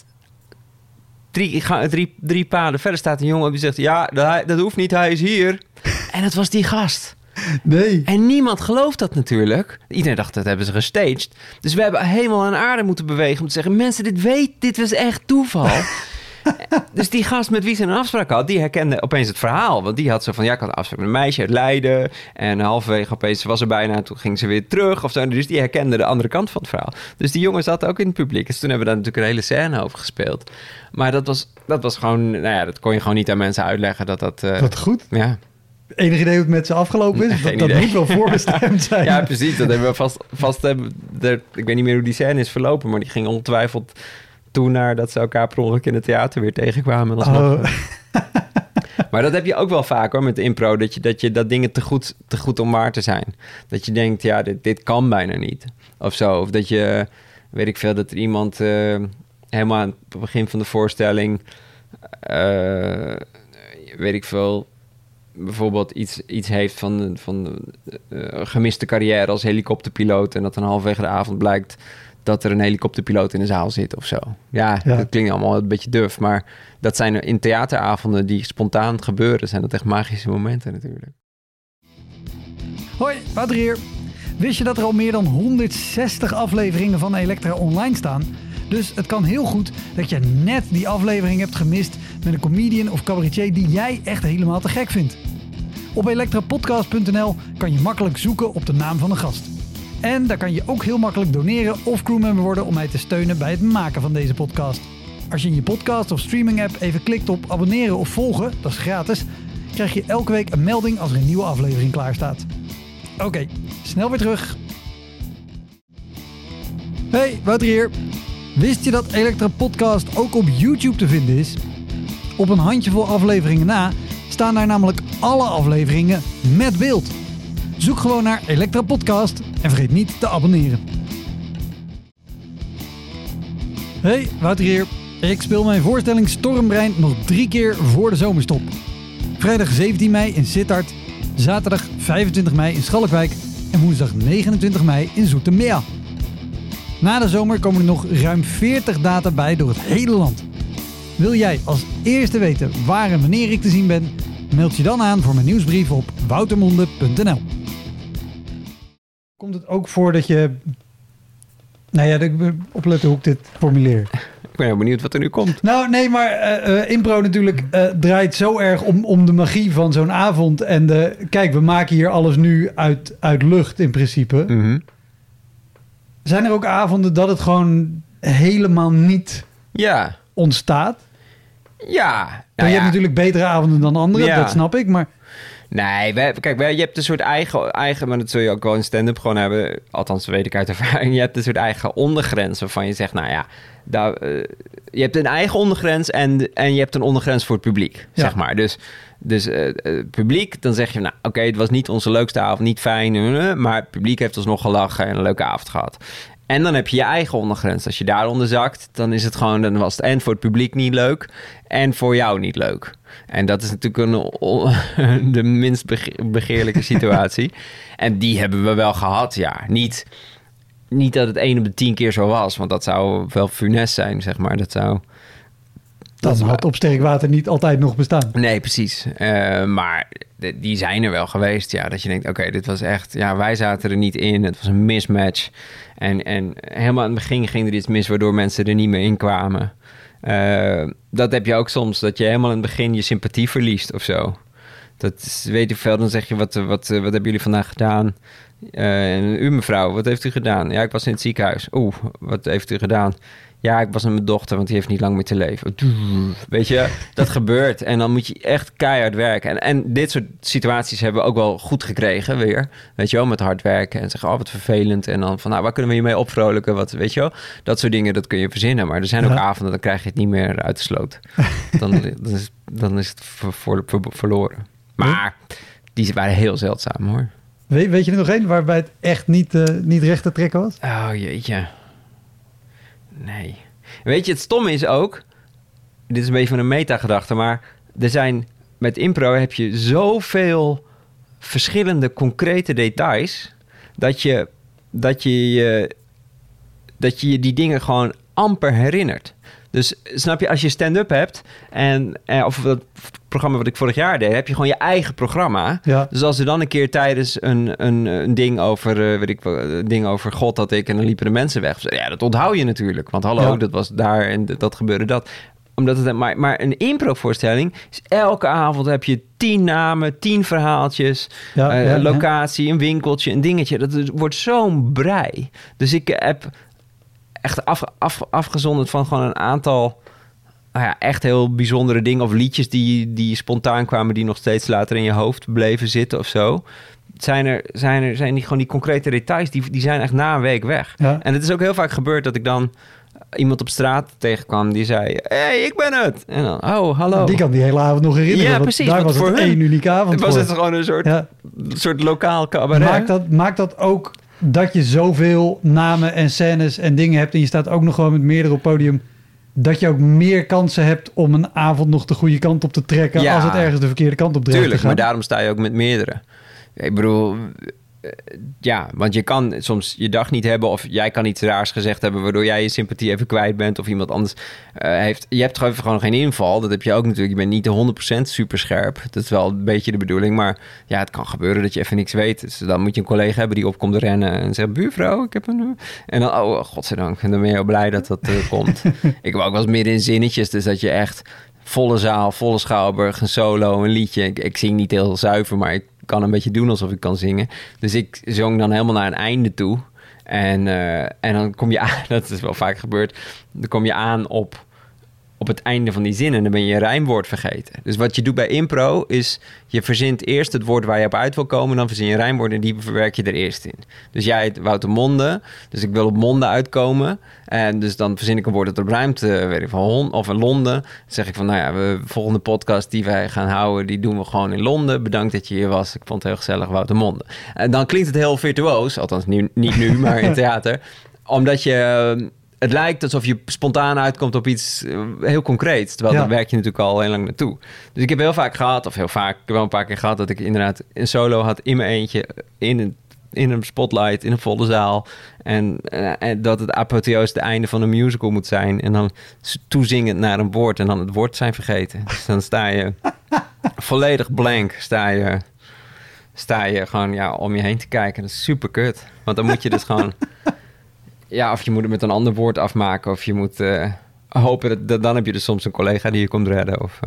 drie paden verder staat een jongen die zegt... ja, dat hoeft niet, hij is hier. En het was die gast. Nee. En niemand gelooft dat natuurlijk. Iedereen dacht, dat hebben ze gestaged. Dus we hebben helemaal aan aarde moeten bewegen... om te zeggen, mensen, dit was echt toeval. Dus die gast met wie ze een afspraak had... die herkende opeens het verhaal. Want die had zo van... ja, ik had een afspraak met een meisje uit Leiden... en halverwege opeens was er bijna... en toen ging ze weer terug of zo. Dus die herkende de andere kant van het verhaal. Dus die jongen zat ook in het publiek. Dus toen hebben we daar natuurlijk een hele scène over gespeeld. Maar dat was gewoon... dat kon je gewoon niet aan mensen uitleggen. Wat goed. Ja. Enig idee hoe het met ze afgelopen is? Geen Dat idee. moet wel voorbestemd zijn. Ja, precies. Dat hebben we vast ik weet niet meer hoe die scène is verlopen, maar die ging ongetwijfeld toe naar dat ze elkaar per ongeluk in het theater weer tegenkwamen. En alsnog. Maar dat heb je ook wel vaak hoor, met de impro, dat dingen te goed om waar te zijn. Dat je denkt, ja, dit kan bijna niet. Of zo. Of dat je, weet ik veel, dat er iemand helemaal aan het begin van de voorstelling, weet ik veel, bijvoorbeeld iets heeft van gemiste carrière als helikopterpiloot en dat dan halverwege de avond blijkt dat er een helikopterpiloot in de zaal zit of zo. Ja, dat klinkt allemaal een beetje duf, maar dat zijn in theateravonden die spontaan gebeuren, zijn dat echt magische momenten natuurlijk. Hoi, Wouter hier. Wist je dat er al meer dan 160 afleveringen van Elektra online staan? Dus het kan heel goed dat je net die aflevering hebt gemist met een comedian of cabaretier die jij echt helemaal te gek vindt. Op elektrapodcast.nl kan je makkelijk zoeken op de naam van de gast. En daar kan je ook heel makkelijk doneren of crewmember worden om mij te steunen bij het maken van deze podcast. Als je in je podcast of streaming app even klikt op abonneren of volgen, dat is gratis, krijg je elke week een melding als er een nieuwe aflevering klaar staat. Oké, snel weer terug. Hey, Wouter hier. Wist je dat Elektra Podcast ook op YouTube te vinden is? Op een handjevol afleveringen na staan daar namelijk alle afleveringen met beeld. Zoek gewoon naar Elektra Podcast en vergeet niet te abonneren. Hey, Wouter hier. Ik speel mijn voorstelling Stormbrein nog 3 keer voor de zomerstop. Vrijdag 17 mei in Sittard, zaterdag 25 mei in Schalkwijk en woensdag 29 mei in Zoetermeer. Na de zomer komen er nog ruim 40 data bij door het hele land. Wil jij als eerste weten waar en wanneer ik te zien ben? Meld je dan aan voor mijn nieuwsbrief op woutermonde.nl. Komt het ook voor dat je... Nou ja, ik ben opletten hoe ik dit formuleer. Ik ben heel benieuwd wat er nu komt. Nou, nee, maar impro natuurlijk draait zo erg om de magie van zo'n avond. En kijk, we maken hier alles nu uit lucht in principe. Mm-hmm. Zijn er ook avonden dat het gewoon helemaal niet ontstaat? Ja. Nou, je hebt natuurlijk betere avonden dan anderen, dat snap ik, maar... Nee, je hebt een soort eigen, maar dat zul je ook wel in stand-up gewoon hebben. Althans, weet ik uit ervaring. Je hebt een soort eigen ondergrens waarvan je zegt, nou ja, je hebt een eigen ondergrens en je hebt een ondergrens voor het publiek, zeg maar. Dus publiek, dan zeg je, nou oké, het was niet onze leukste avond, niet fijn, maar het publiek heeft alsnog gelachen en een leuke avond gehad. En dan heb je je eigen ondergrens. Als je daaronder zakt, dan is het gewoon, dan was het en voor het publiek niet leuk en voor jou niet leuk. En dat is natuurlijk de minst begeerlijke situatie. En die hebben we wel gehad, ja. Niet dat het 1 op de 10 keer zo was, want dat zou wel funest zijn, zeg maar. Dat had op sterk water niet altijd nog bestaan. Nee, precies. Maar die zijn er wel geweest, ja. Dat je denkt, oké, dit was echt... Ja, wij zaten er niet in. Het was een mismatch. En helemaal aan het begin ging er iets mis, waardoor mensen er niet meer in kwamen. Dat heb je ook soms, dat je helemaal in het begin je sympathie verliest of zo. Dat is, weet ik veel, dan zeg je, wat hebben jullie vandaag gedaan? En u mevrouw, wat heeft u gedaan? Ja, ik was in het ziekenhuis. Oeh, wat heeft u gedaan? Ja, ik was met mijn dochter, want die heeft niet lang meer te leven. Weet je, dat gebeurt. En dan moet je echt keihard werken. En dit soort situaties hebben we ook wel goed gekregen weer. Weet je wel, met hard werken en zeggen, oh, wat vervelend. En dan van, nou, waar kunnen we hiermee opvrolijken? Wat, weet je wel, dat soort dingen, dat kun je verzinnen. Maar er zijn ook avonden, dan krijg je het niet meer uit de sloot. Dan is het verloren. Maar die waren heel zeldzaam, hoor. Weet je er nog één waarbij het echt niet recht te trekken was? Oh, jeetje. Nee. Weet je, het stomme is ook... Dit is een beetje van een metagedachte, maar met impro heb je zoveel verschillende concrete details dat je die dingen gewoon amper herinnert. Dus snap je, als je stand-up hebt of dat programma wat ik vorig jaar deed, heb je gewoon je eigen programma. Ja. Dus als er dan een keer tijdens een ding over, een ding over God had ik en dan liepen de mensen weg. Ja, dat onthoud je natuurlijk. Want hallo, dat was daar en dat gebeurde dat. Omdat het, maar een improvoorstelling is elke avond heb je 10 namen, 10 verhaaltjes, locatie, een winkeltje, een dingetje. Dat wordt zo'n brei. Dus ik heb echt afgezonderd van gewoon een aantal echt heel bijzondere dingen of liedjes die spontaan kwamen, die nog steeds later in je hoofd bleven zitten of zo. Zijn die gewoon die concrete details, die zijn echt na een week weg. Ja. En het is ook heel vaak gebeurd dat ik dan iemand op straat tegenkwam die zei, hey, ik ben het. En dan, oh, hallo. Die kan die hele avond nog herinneren. Ja, precies. Daar was voor het hun één unieke avond was voor. het gewoon een soort lokaal cabaret. Maakt dat ook dat je zoveel namen en scènes en dingen hebt en je staat ook nog gewoon met meerdere op het podium, dat je ook meer kansen hebt om een avond nog de goede kant op te trekken als het ergens de verkeerde kant op dreigt. Tuurlijk, maar daarom sta je ook met meerdere. Ik bedoel, want je kan soms je dag niet hebben of jij kan iets raars gezegd hebben waardoor jij je sympathie even kwijt bent of iemand anders heeft. Je hebt gewoon geen inval. Dat heb je ook natuurlijk. Je bent niet 100% super scherp. Dat is wel een beetje de bedoeling. Maar ja, het kan gebeuren dat je even niks weet. Dus dan moet je een collega hebben die opkomt rennen en zegt, buurvrouw, ik heb een... En dan, oh, godzijdank. En dan ben je heel blij dat dat komt. Ik heb ook wel eens midden in zinnetjes. Dus dat je echt volle zaal, volle schouwburg, een solo, een liedje. Ik zing niet heel zuiver, maar ik kan een beetje doen alsof ik kan zingen. Dus ik zong dan helemaal naar een einde toe. En dan kom je aan, dat is wel vaak gebeurd, dan kom je aan op het einde van die zin en dan ben je een rijmwoord vergeten. Dus wat je doet bij impro is, je verzint eerst het woord waar je op uit wil komen, dan verzin je een rijmwoord en die verwerk je er eerst in. Dus jij heet Wouter Monde, dus ik wil op Monde uitkomen. En dus dan verzin ik een woord dat op ruimt, weet ik van of in Londen. Dan zeg ik van, nou ja, de volgende podcast die wij gaan houden, die doen we gewoon in Londen. Bedankt dat je hier was. Ik vond het heel gezellig, Wouter Monde. En dan klinkt het heel virtuoos, althans niet nu, maar in theater. Omdat je... Het lijkt alsof je spontaan uitkomt op iets heel concreets. Terwijl daar werk je natuurlijk al heel lang naartoe. Dus ik heb heel vaak gehad, ik heb wel een paar keer gehad, dat ik inderdaad een solo had in mijn eentje, in een spotlight, in een volle zaal. En dat het apotheoos het einde van een musical moet zijn. En dan toezingend naar een woord en dan het woord zijn vergeten. Dus dan sta je volledig blank, sta je gewoon om je heen te kijken. Dat is super kut. Want dan moet je dus gewoon... Ja, of je moet het met een ander woord afmaken. Of je moet hopen dat dan heb je dus soms een collega die je komt redden. Of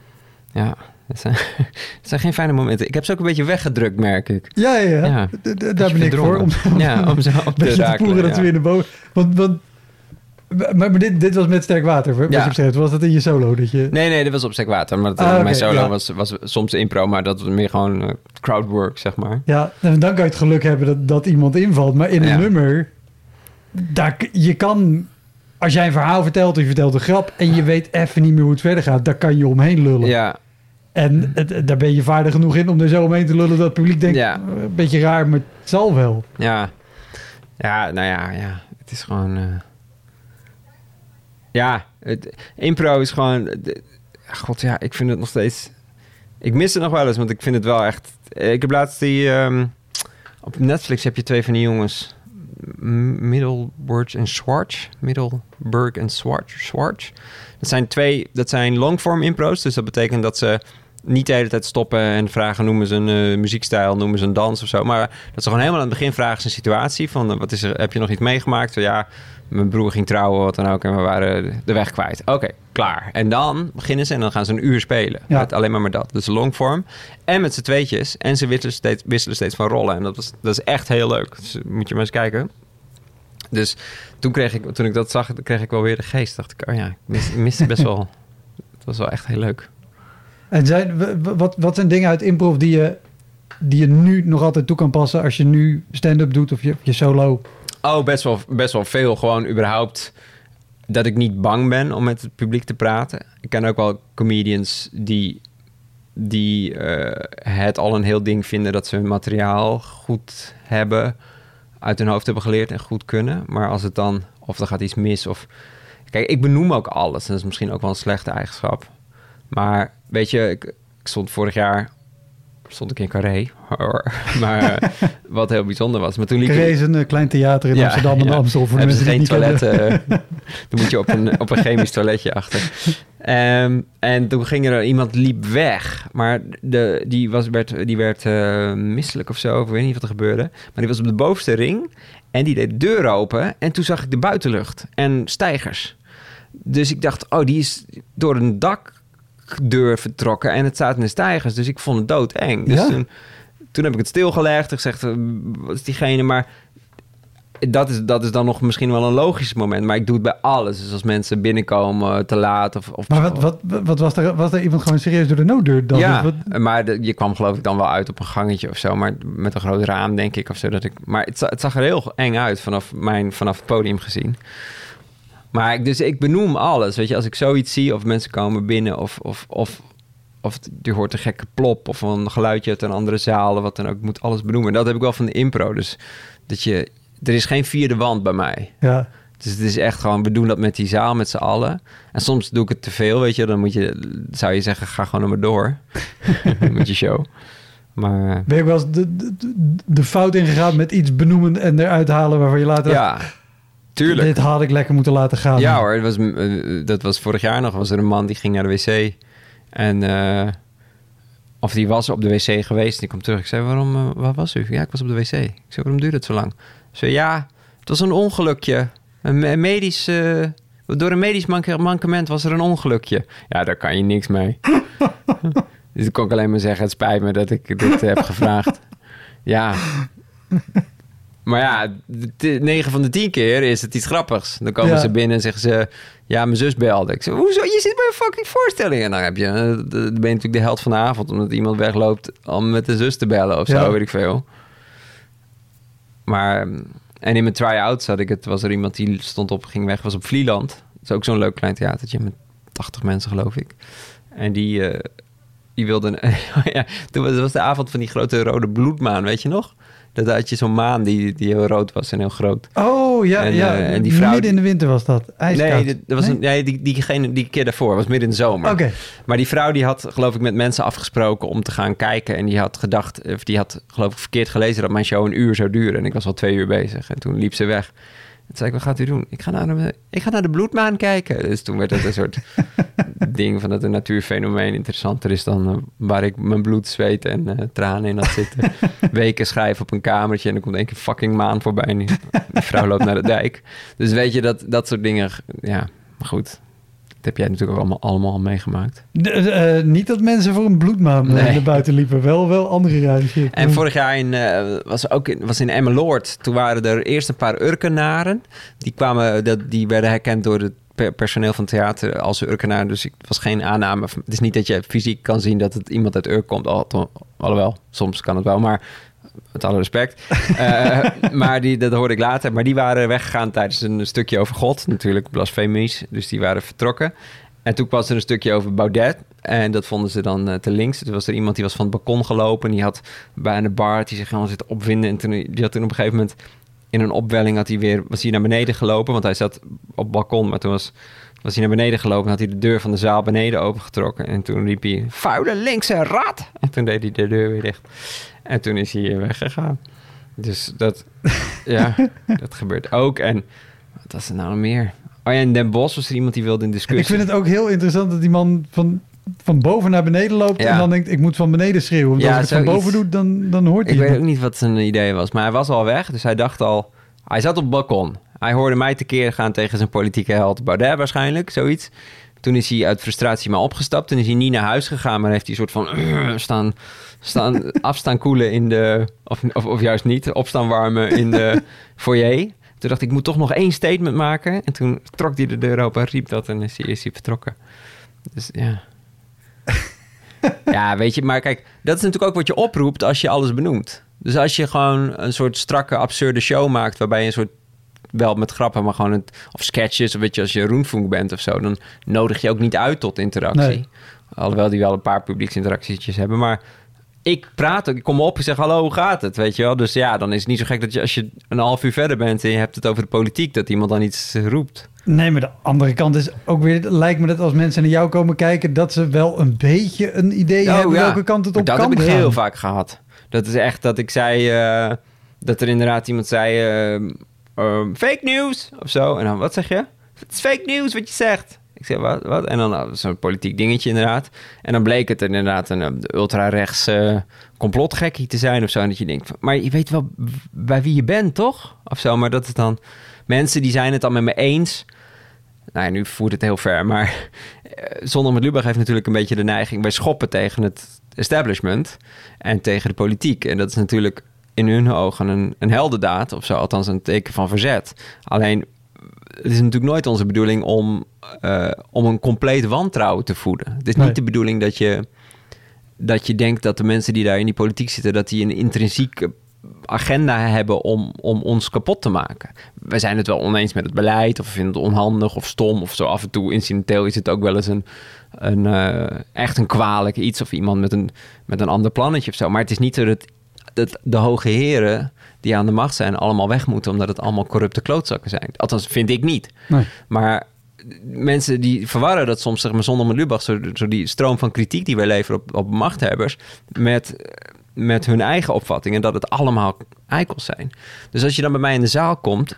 het zijn geen fijne momenten. Ik heb ze ook een beetje weggedrukt, merk ik. Ja. Daar ben ik voor. Om zo op te raken. Poeren dat ze weer naar boven. Maar dit was met sterk water, wat je beschreef. Was dat in je solo? Dat je... Nee, dit was op sterk water. Maar mijn solo was soms impro, maar dat was meer gewoon crowdwork, zeg maar. Ja, en dan kan je het geluk hebben dat iemand invalt. Maar in een nummer... je kan, als jij een verhaal vertelt of je vertelt een grap en je weet even niet meer hoe het verder gaat, daar kan je omheen lullen. Ja. En daar ben je vaardig genoeg in om er zo omheen te lullen dat het publiek denkt, een beetje raar, maar het zal wel. Ja. Ja, nou ja. Het is gewoon... impro is gewoon... ik vind het nog steeds... Ik mis het nog wel eens, want ik vind het wel echt... Ik heb laatst op Netflix heb je 2 van die jongens... Middelburg en Schwartz. Dat zijn longform impro's. Dus dat betekent dat ze niet de hele tijd stoppen en vragen... noemen ze een muziekstijl, noemen ze een dans of zo. Maar dat ze gewoon helemaal aan het begin vragen ze een situatie... van wat is er, heb je nog iets meegemaakt? Zo, ja, mijn broer ging trouwen, wat dan ook... en we waren de weg kwijt. Oké, klaar. En dan beginnen ze en dan gaan ze een uur spelen. Ja. Met alleen maar dat. Dus longform. En met z'n tweetjes. En ze wisselen steeds van rollen. En dat is echt heel leuk. Dus moet je maar eens kijken. Dus toen ik dat zag, kreeg ik wel weer de geest. Dacht ik, ik miste best wel... Het was wel echt heel leuk. En wat zijn dingen uit improv die je nu nog altijd toe kan passen... als je nu stand-up doet of je solo... Oh, best wel veel. Gewoon überhaupt dat ik niet bang ben om met het publiek te praten. Ik ken ook wel comedians die het al een heel ding vinden... dat ze hun materiaal goed hebben, uit hun hoofd hebben geleerd en goed kunnen. Maar als het dan, of er gaat iets mis of... Kijk, ik benoem ook alles. Dat is misschien ook wel een slechte eigenschap. Maar weet je, ik stond vorig jaar... stond ik in Carré. Maar wat heel bijzonder was. Maar toen Carré is een klein theater in Amsterdam en Amstel. Voor hebben mensen ze geen die toiletten. Dan moet je op een chemisch toiletje achter. En toen ging er iemand liep weg. Maar die werd misselijk of zo. Ik weet niet wat er gebeurde. Maar die was op de bovenste ring. En die deed de deur open. En toen zag ik de buitenlucht. En steigers. Dus ik dacht, die is door een dakdeur vertrokken en het staat in de steigers. Dus ik vond het doodeng. Dus toen heb ik het stilgelegd en gezegd, wat is diegene? Maar dat is dan nog misschien wel een logisch moment. Maar ik doe het bij alles. Dus als mensen binnenkomen te laat of Maar wat was er? Was er iemand gewoon serieus door de nooddeur? Dan? Ja, maar je kwam geloof ik dan wel uit op een gangetje of zo. Maar met een groot raam, denk ik. Of zo, maar het zag er heel eng uit vanaf het podium gezien. Maar ik benoem alles. Weet je, als ik zoiets zie of mensen komen binnen of je hoort een gekke plop of een geluidje uit een andere zaal, wat dan ook, ik moet alles benoemen. En dat heb ik wel van de impro. Dus er is geen vierde wand bij mij. Ja. Dus het is echt gewoon, we doen dat met die zaal, met z'n allen. En soms doe ik het te veel, weet je. Dan zou je zeggen, ga gewoon maar door. Met je show. Maar ben je wel eens de fout ingegaan met iets benoemen en eruit halen waarvan je later... Ja, tuurlijk. Dit had ik lekker moeten laten gaan. Ja hoor, dat was vorig jaar nog. Was er een man die ging naar de wc. En of die was op de wc geweest. En die kwam terug. Ik zei, waar was u? Ja, ik was op de wc. Ik zei, waarom duurde het zo lang? Ze zei, ja, het was een ongelukje. Door een medisch mankement was er een ongelukje. Ja, daar kan je niks mee. Dus ik kon ik alleen maar zeggen, het spijt me dat ik dit heb gevraagd. Ja. Maar ja, 9 van de 10 keer is het iets grappigs. Dan komen ze binnen en zeggen ze, ja, mijn zus belde. Ik zeg, hoezo? Je zit bij een fucking voorstelling. En dan ben je natuurlijk de held van de avond, omdat iemand wegloopt om met de zus te bellen of zo, weet ik veel. Maar, en in mijn try-outs was er iemand die ging weg, was op Vlieland. Dat is ook zo'n leuk klein theatertje met 80 mensen, geloof ik. En die wilde... ja, toen was de avond van die grote rode bloedmaan, weet je nog? Dat had je zo'n maan die heel rood was en heel groot. Oh, ja, en die vrouw, midden in de winter was dat? IJskoud. Nee, dat was die keer daarvoor. was midden in de zomer. Okay. Maar die vrouw die had, geloof ik, met mensen afgesproken om te gaan kijken. En die had gedacht, of die had, geloof ik, verkeerd gelezen dat mijn show 1 uur zou duren. En ik was al 2 uur bezig. En toen liep ze weg. Toen zei ik, wat gaat u doen? Ik ga naar de bloedmaan kijken. Dus toen werd het een soort ding van dat een natuurfenomeen interessanter is dan waar ik mijn bloed, zweet en tranen in had zitten. Weken schrijven op een kamertje en dan komt 1 keer fucking maan voorbij en die vrouw loopt naar de dijk. Dus weet je, dat soort dingen, ja, maar goed. Dat heb jij natuurlijk ook allemaal al meegemaakt. Niet dat mensen voor een bloedmaan naar buiten liepen. Wel andere rare shit. En vorig jaar was in Emmeloord. Toen waren er eerst een paar Urkenaren. Die werden herkend door het personeel van het theater als Urkenaren. Dus het was geen aanname. Het is niet dat je fysiek kan zien dat het iemand uit Urk komt. Alhoewel, soms kan het wel, maar... Met alle respect. Maar dat hoorde ik later. Maar die waren weggegaan tijdens een stukje over God. Natuurlijk blasfemisch. Dus die waren vertrokken. En toen was er een stukje over Baudet. En dat vonden ze dan te links. Toen was er iemand die was van het balkon gelopen. Die had bij een bar die zich helemaal zitten opwinden. En die had toen op een gegeven moment... in een opwelling was hij naar beneden gelopen. Want hij zat op het balkon. Maar toen was hij naar beneden gelopen. En had hij de deur van de zaal beneden opengetrokken. En toen riep hij... vuile linkse rat! En toen deed hij de deur weer dicht. En toen is hij weggegaan. Dus dat gebeurt ook. En wat was er nou nog meer? Oh ja, in Den Bosch was er iemand die wilde in discussie. Ik vind het ook heel interessant dat die man van boven naar beneden loopt... en dan denkt, ik moet van beneden schreeuwen. Want als ik het van boven doe, dan hoort hij. Ik weet ook niet wat zijn idee was. Maar hij was al weg, dus hij dacht al... Hij zat op het balkon. Hij hoorde mij tekeer gaan tegen zijn politieke held Baudet waarschijnlijk, zoiets. Toen is hij uit frustratie maar opgestapt. Toen is hij niet naar huis gegaan, maar heeft hij een soort van... afstaan koelen in de... Of juist niet, opstaan warmen in de foyer. Toen dacht ik moet toch nog 1 statement maken. En toen trok hij de deur open en riep dat en is hij vertrokken. Dus ja. Ja, weet je, maar kijk, dat is natuurlijk ook wat je oproept als je alles benoemt. Dus als je gewoon een soort strakke, absurde show maakt... waarbij je een soort, wel met grappen, maar gewoon of sketches... of weet je, als je Roenfunk bent of zo... dan nodig je ook niet uit tot interactie. Nee. Alhoewel die wel een paar publieksinteractietjes hebben, maar... Ik praat ook, ik kom op en zeg hallo, hoe gaat het, weet je wel? Dus ja, dan is het niet zo gek dat als je een half uur verder bent... en je hebt het over de politiek, dat iemand dan iets roept. Nee, maar de andere kant is ook weer... lijkt me dat als mensen naar jou komen kijken... dat ze wel een beetje een idee hebben welke kant het op kan. Dat heb ik heel vaak gehad. Dat is echt dat ik zei... dat er inderdaad iemand zei... fake news of zo. En dan, wat zeg je? Het is fake news wat je zegt. Ik zei, wat? En dan zo'n politiek dingetje inderdaad. En dan bleek het inderdaad een ultra-rechts complotgekkie te zijn of zo. En dat je denkt, maar je weet wel bij wie je bent, toch? Of zo, maar dat is dan... Mensen die zijn het dan met me eens. Nou ja, nu voert het heel ver, maar... Zondag met Lubach heeft natuurlijk een beetje de neiging... wij schoppen tegen het establishment en tegen de politiek. En dat is natuurlijk in hun ogen een heldendaad of zo. Althans een teken van verzet. Alleen, het is natuurlijk nooit onze bedoeling om een compleet wantrouwen te voeden. Het is niet de bedoeling dat je denkt dat de mensen die daar in die politiek zitten, dat die een intrinsieke agenda hebben om ons kapot te maken. We zijn het wel oneens met het beleid, of we vinden het onhandig of stom of zo. Af en toe incidenteel is het ook wel eens echt een kwalijk iets of iemand met een ander plannetje of zo. Maar het is niet zo dat de hoge heren die aan de macht zijn allemaal weg moeten omdat het allemaal corrupte klootzakken zijn. Althans, vind ik niet. Nee. Maar mensen die verwarren dat soms, zeg maar, Zondag met Lubach, zo die stroom van kritiek die wij leveren op machthebbers met hun eigen opvattingen, dat het allemaal eikels zijn. Dus als je dan bij mij in de zaal komt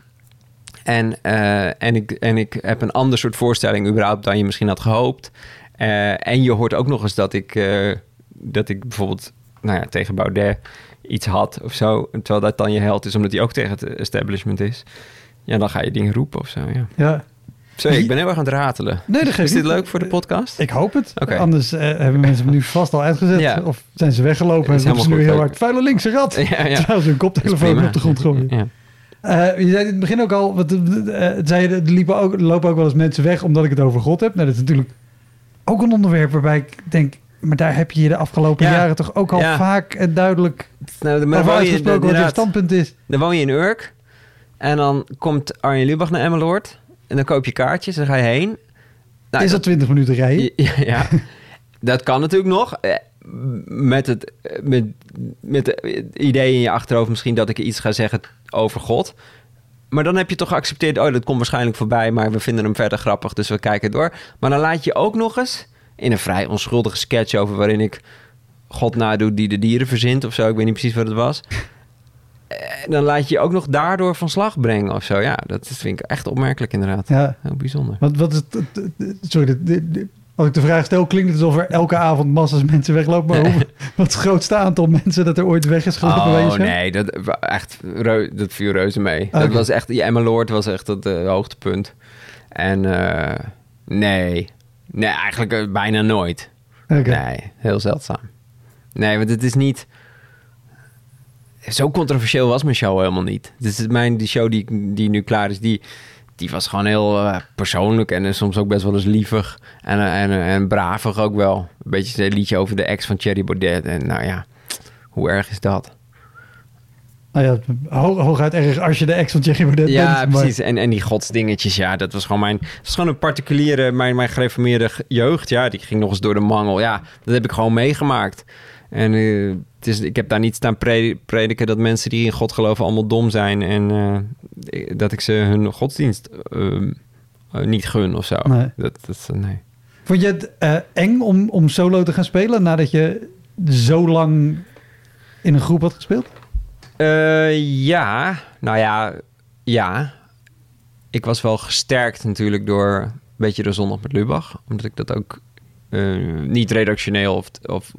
en ik heb een ander soort voorstelling überhaupt dan je misschien had gehoopt, en je hoort ook nog eens dat ik bijvoorbeeld tegen Baudet iets had of zo, terwijl dat dan je held is omdat hij ook tegen het establishment is, ja, dan ga je dingen roepen of zo, ja. Sorry, ik ben heel erg aan het ratelen. Nee, dat is dit leuk voor de podcast? Ik hoop het. Okay. Anders hebben mensen hem nu vast al uitgezet. Ja. Of zijn ze weggelopen en roepen ze nu heel hard vuile linkse rat. Ja. Terwijl ze hun koptelefoon op de grond gooien. Ja. Je zei in het begin ook al, er lopen ook wel eens mensen weg omdat ik het over God heb. Nou, dat is natuurlijk ook een onderwerp waarbij ik denk, maar daar heb je de afgelopen jaren toch ook al vaak en duidelijk over uitgesproken wat je standpunt is. Dan woon je in Urk en dan komt Arjen Lubach naar Emmeloord. En dan koop je kaartjes en ga je heen. Nou, is dat 20 minuten rijden? Ja, dat kan natuurlijk nog. Met het idee in je achterhoofd misschien dat ik iets ga zeggen over God. Maar dan heb je toch geaccepteerd, dat komt waarschijnlijk voorbij, maar we vinden hem verder grappig, dus we kijken door. Maar dan laat je ook nog eens in een vrij onschuldige sketch over waarin ik God nadoe die de dieren verzint of zo. Ik weet niet precies wat het was. Dan laat je je ook nog daardoor van slag brengen of zo. Ja, dat vind ik echt opmerkelijk inderdaad. Ja. Heel bijzonder. Wat is sorry, als ik de vraag stel, klinkt het alsof er elke avond massa's mensen weglopen. Maar wat het grootste aantal mensen dat er ooit weg is gelopen? Oh nee, dat viel reuze mee. Okay. Dat was echt, Emmeloord was echt het hoogtepunt. En nee, eigenlijk bijna nooit. Okay. Nee, heel zeldzaam. Nee, want het is niet... Zo controversieel was mijn show helemaal niet. Dus die show die nu klaar is, die was gewoon heel persoonlijk en soms ook best wel eens lievig en bravig ook wel. Een beetje een liedje over de ex van Thierry Baudet. En nou ja, hoe erg is dat? Nou ja, hooguit erg als je de ex van Thierry Baudet bent. Ja, precies. Maar... En die godsdingetjes, ja, dat was gewoon een particuliere, mijn gereformeerde jeugd. Ja, die ging nog eens door de mangel. Ja, dat heb ik gewoon meegemaakt. En ik heb daar niet staan prediken dat mensen die in God geloven allemaal dom zijn en dat ik ze hun godsdienst niet gun of zo. Nee. Nee. Vond je het eng om solo te gaan spelen nadat je zo lang in een groep had gespeeld? Ja. Ik was wel gesterkt natuurlijk door een beetje de Zondag met Lubach, omdat ik dat ook niet redactioneel of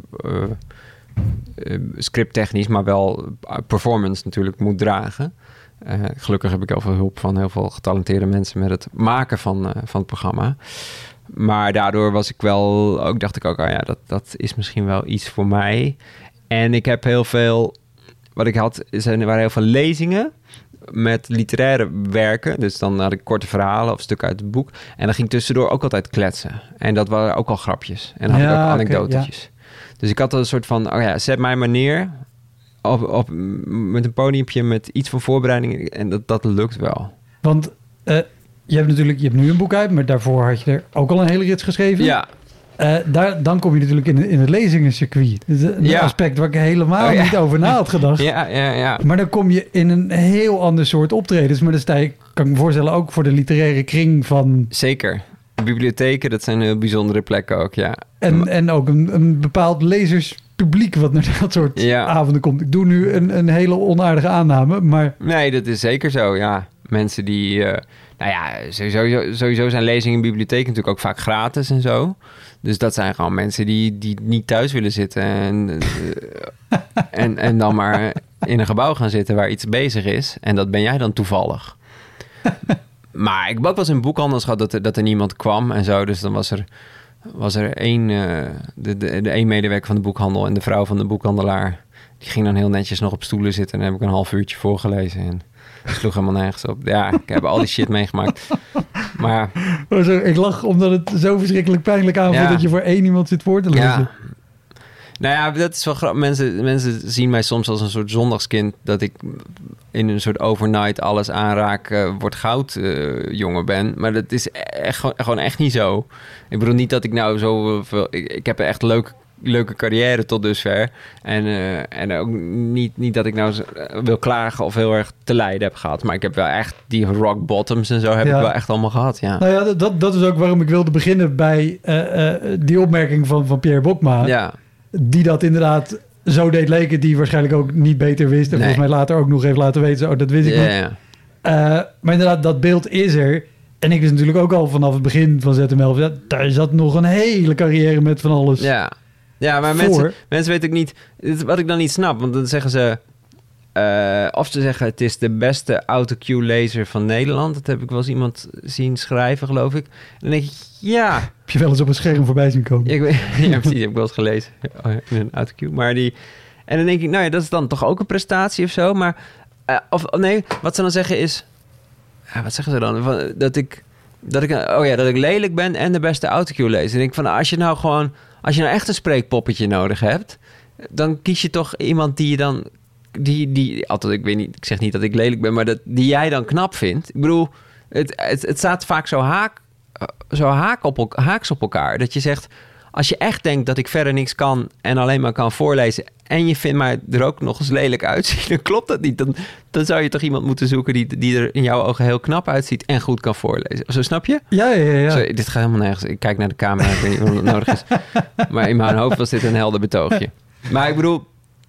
scripttechnisch, maar wel performance natuurlijk moet dragen. Gelukkig heb ik heel veel hulp van heel veel getalenteerde mensen met het maken van het programma. Maar daardoor dacht ik ook, dat is misschien wel iets voor mij. En ik heb heel veel, wat ik had, waren heel veel lezingen met literaire werken. Dus dan had ik korte verhalen of stukken uit het boek. En dan ging tussendoor ook altijd kletsen. En dat waren ook al grapjes. En dan had ik ook anekdotetjes. Okay, ja. Dus ik had een soort van, zet mij maar neer met een podiumpje met iets van voorbereiding. En dat lukt wel. Want je hebt nu een boek uit, maar daarvoor had je er ook al een hele rits geschreven. Ja. Dan kom je natuurlijk in het lezingencircuit. Dat is een aspect waar ik helemaal niet over na had gedacht. Ja. Maar dan kom je in een heel ander soort optredens. Maar dan sta je, kan ik me voorstellen, ook voor de literaire kring van... Zeker. Bibliotheken, dat zijn heel bijzondere plekken ook, ja. En ook een bepaald lezerspubliek wat naar dat soort avonden komt. Ik doe nu een hele onaardige aanname, maar... Nee, dat is zeker zo, ja. Mensen die... sowieso zijn lezingen in bibliotheken natuurlijk ook vaak gratis en zo. Dus dat zijn gewoon mensen die niet thuis willen zitten en dan maar in een gebouw gaan zitten waar iets bezig is. En dat ben jij dan toevallig. Maar ik heb ook wel eens in boekhandels gehad dat er niemand kwam en zo. Dus dan was er één, de één medewerker van de boekhandel en de vrouw van de boekhandelaar. Die ging dan heel netjes nog op stoelen zitten. En dan heb ik een half uurtje voorgelezen. En sloeg helemaal nergens op. Ja, ik heb al die shit meegemaakt. Maar ik lach omdat het zo verschrikkelijk pijnlijk aanvoelt... dat je voor één iemand zit voor te lezen. Ja. Nou ja, dat is wel grappig. Mensen zien mij soms als een soort zondagskind... dat ik in een soort overnight alles aanraak... wordt goud jongen ben. Maar dat is echt, gewoon echt niet zo. Ik bedoel niet dat ik nou zo veel... Ik heb een echt leuke carrière tot dusver. En ook niet dat ik nou wil klagen of heel erg te lijden heb gehad. Maar ik heb wel echt die rock bottoms en zo heb ik wel echt allemaal gehad. Ja. Nou ja, dat is ook waarom ik wilde beginnen bij die opmerking van Pierre Bokma. Ja. Die dat inderdaad zo deed leken, die waarschijnlijk ook niet beter wist. En volgens mij later ook nog heeft laten weten, oh, dat wist ik niet. Ja. Maar inderdaad, dat beeld is er. En ik wist natuurlijk ook al vanaf het begin van ZML, daar zat nog een hele carrière met van alles. Ja, maar mensen weten ook niet... Wat ik dan niet snap, want dan zeggen ze... of ze zeggen, het is de beste autocue-lezer van Nederland. Dat heb ik wel eens iemand zien schrijven, geloof ik. En dan denk ik, ja... Heb je wel eens op een scherm voorbij zien komen? Ja, precies, heb ik wel eens gelezen. In een autocue. Maar en dan denk ik, nou ja, dat is dan toch ook een prestatie of zo. Maar, wat ze dan zeggen is... wat zeggen ze dan? Dat ik lelijk ben en de beste autocue lezer. En ik denk van, als je nou echt een spreekpoppetje nodig hebt... dan kies je toch iemand die je dan... Altijd, ik weet niet, ik zeg niet dat ik lelijk ben... maar die jij dan knap vindt. Ik bedoel, het staat vaak zo haaks op elkaar. Dat je zegt, als je echt denkt dat ik verder niks kan... en alleen maar kan voorlezen... en je vindt mij er ook nog eens lelijk uitzien... dan klopt dat niet. Dan zou je toch iemand moeten zoeken... die er in jouw ogen heel knap uitziet... en goed kan voorlezen. Zo, snap je? Ja. Sorry, dit gaat helemaal nergens. Ik kijk naar de camera, ik weet niet wat nodig is. Maar in mijn hoofd was dit een helder betoogje. Maar ik bedoel...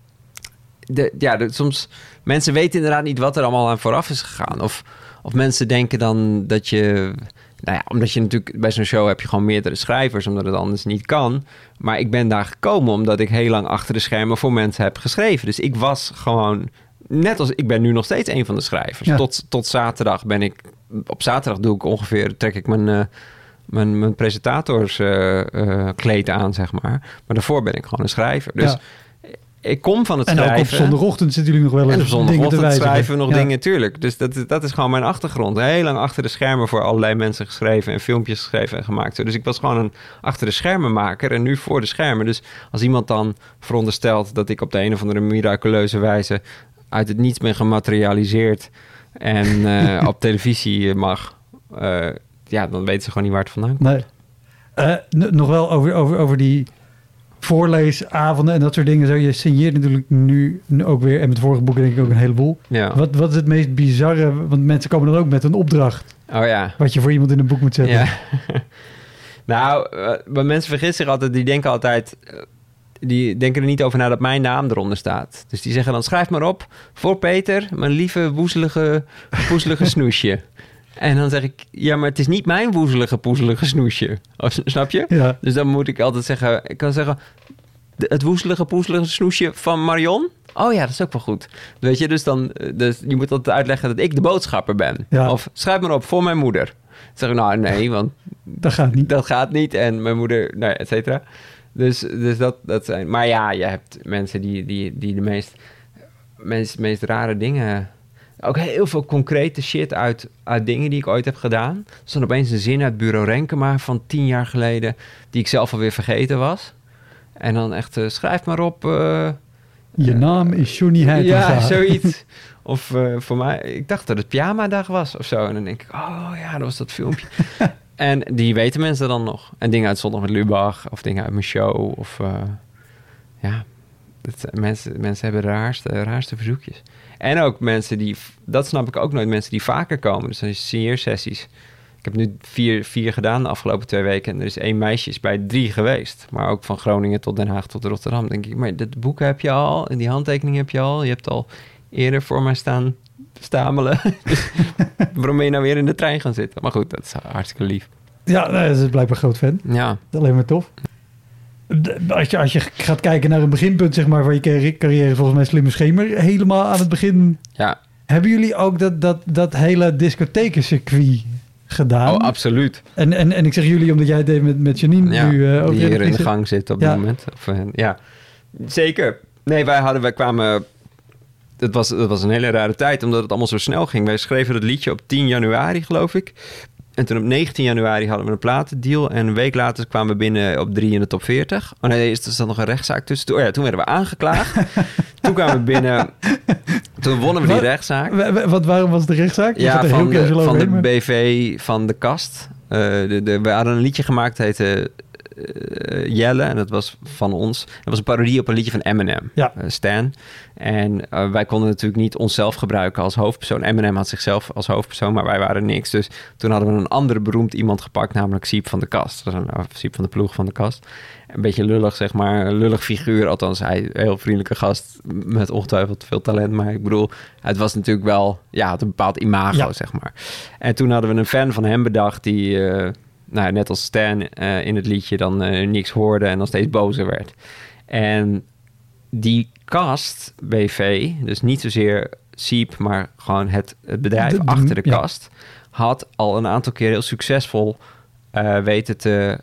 soms... Mensen weten inderdaad niet wat er allemaal aan vooraf is gegaan. Of mensen denken dan dat je... Nou ja, omdat je natuurlijk... Bij zo'n show heb je gewoon meerdere schrijvers... omdat het anders niet kan. Maar ik ben daar gekomen... omdat ik heel lang achter de schermen... voor mensen heb geschreven. Dus ik was gewoon... Net als... Ik ben nu nog steeds een van de schrijvers. Ja. Tot zaterdag ben ik... Op zaterdag doe ik ongeveer... Trek ik mijn presentatorskleed aan, zeg maar. Maar daarvoor ben ik gewoon een schrijver. Dus... Ja. Ik kom van het schrijven. En ook op zondagochtend zitten jullie nog wel eens dingen te wijzigen. En op zondagochtend schrijven we nog dingen, tuurlijk. Dus dat is gewoon mijn achtergrond. Heel lang achter de schermen voor allerlei mensen geschreven... en filmpjes geschreven en gemaakt. Dus ik was gewoon een achter de schermenmaker en nu voor de schermen. Dus als iemand dan veronderstelt... dat ik op de een of andere miraculeuze wijze... uit het niets ben gematerialiseerd... en op televisie mag... dan weten ze gewoon niet waar het vandaan komt. Nee. Nog wel over die... voorleesavonden en dat soort dingen. Zo, je signeert natuurlijk nu ook weer... en met vorige boeken denk ik ook een heleboel. Ja. Wat is het meest bizarre? Want mensen komen dan ook met een opdracht. Oh ja. Wat je voor iemand in een boek moet zetten. Ja. Nou, maar mensen vergissen zich altijd... die denken er niet over na dat mijn naam eronder staat. Dus die zeggen dan, schrijf maar op... voor Peter, mijn lieve, poezelige snoesje. En dan zeg ik, ja, maar het is niet mijn poezelige snoesje. Snap je? Ja. Dus dan moet ik altijd zeggen... Ik kan zeggen, het poezelige snoesje van Marion? Oh ja, dat is ook wel goed. Weet je, dus je moet altijd uitleggen dat ik de boodschapper ben. Ja. Of schrijf maar op voor mijn moeder. Dan zeg ik, nou nee, want... Dat gaat niet. En mijn moeder, nou ja, et cetera. Dus dat zijn... Maar ja, je hebt mensen die de meest rare dingen... Ook heel veel concrete shit uit dingen die ik ooit heb gedaan. Er stond opeens een zin uit Bureau Renkema van 10 jaar geleden... die ik zelf alweer vergeten was. En dan echt, schrijf maar op... je naam is Johnny Heitinga. Ja, zoiets. Of voor mij, ik dacht dat het pyjama-dag was of zo. En dan denk ik, oh ja, dat was dat filmpje. En die weten mensen dan nog. En dingen uit Zondag met Lubach of dingen uit mijn show. Of mensen hebben de raarste verzoekjes. En ook mensen die, dat snap ik ook nooit, mensen die vaker komen. Dus dan is signeersessies. Ik heb nu 4 gedaan de afgelopen 2 weken. En er is 1 meisje is bij 3 geweest. Maar ook van Groningen tot Den Haag tot Rotterdam. Denk ik, maar dat boek heb je al. En die handtekening heb je al. Je hebt al eerder voor mij staan stamelen. Dus waarom ben je nou weer in de trein gaan zitten? Maar goed, dat is hartstikke lief. Ja, dat is blijkbaar een groot fan. Ja. Dat is alleen maar tof. Als je gaat kijken naar een beginpunt, zeg maar, van je carrière, volgens mij Slimme Schemer, helemaal aan het begin. Ja. Hebben jullie ook dat hele discothekencircuit gedaan? Oh, absoluut. En ik zeg jullie omdat jij het deed met Janine. Ja, nu, die hier in de gang zit op dit moment. Of, ja, zeker. Nee, wij kwamen... Dat was een hele rare tijd, omdat het allemaal zo snel ging. Wij schreven het liedje op 10 januari, geloof ik. En toen op 19 januari hadden we een platendeal. En een week later kwamen we binnen op 3 in de top 40. Oh nee, er zat nog een rechtszaak tussen. Oh ja, toen werden we aangeklaagd. Toen kwamen we binnen... Toen wonnen we die rechtszaak. Waarom was de rechtszaak? Ja, van de BV van de Kast. We hadden een liedje gemaakt, dat heette... Jelle, en dat was van ons. Dat was een parodie op een liedje van Eminem, Stan. En wij konden natuurlijk niet onszelf gebruiken als hoofdpersoon. Eminem had zichzelf als hoofdpersoon, maar wij waren niks. Dus toen hadden we een andere beroemd iemand gepakt, namelijk Siep van de Kast. Dat was Siep van de ploeg van de Kast. Een beetje lullig, zeg maar. Een lullig figuur, althans hij een heel vriendelijke gast met ongetwijfeld veel talent. Maar ik bedoel, het was natuurlijk wel, had een bepaald imago, zeg maar. En toen hadden we een fan van hem bedacht die... net als Stan in het liedje dan niks hoorde en dan steeds bozer werd. En die Kast, BV, dus niet zozeer Siep, maar gewoon het bedrijf achter de kast, had al een aantal keer heel succesvol weten te,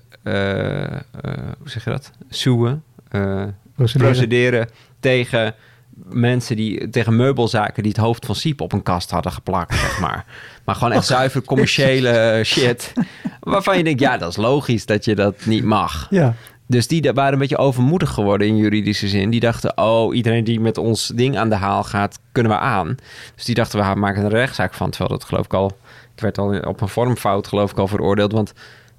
hoe zeg je dat? Suwen, procederen tegen mensen tegen meubelzaken die het hoofd van Siep op een kast hadden geplakt, zeg maar. Maar gewoon echt zuiver commerciële shit. Waarvan je denkt, dat is logisch dat je dat niet mag. Ja. Dus die waren een beetje overmoedig geworden in juridische zin. Die dachten, iedereen die met ons ding aan de haal gaat, kunnen we aan. Dus die dachten, we maken een rechtszaak van. Terwijl dat geloof ik al... Ik werd al op een vormfout geloof ik al veroordeeld. Want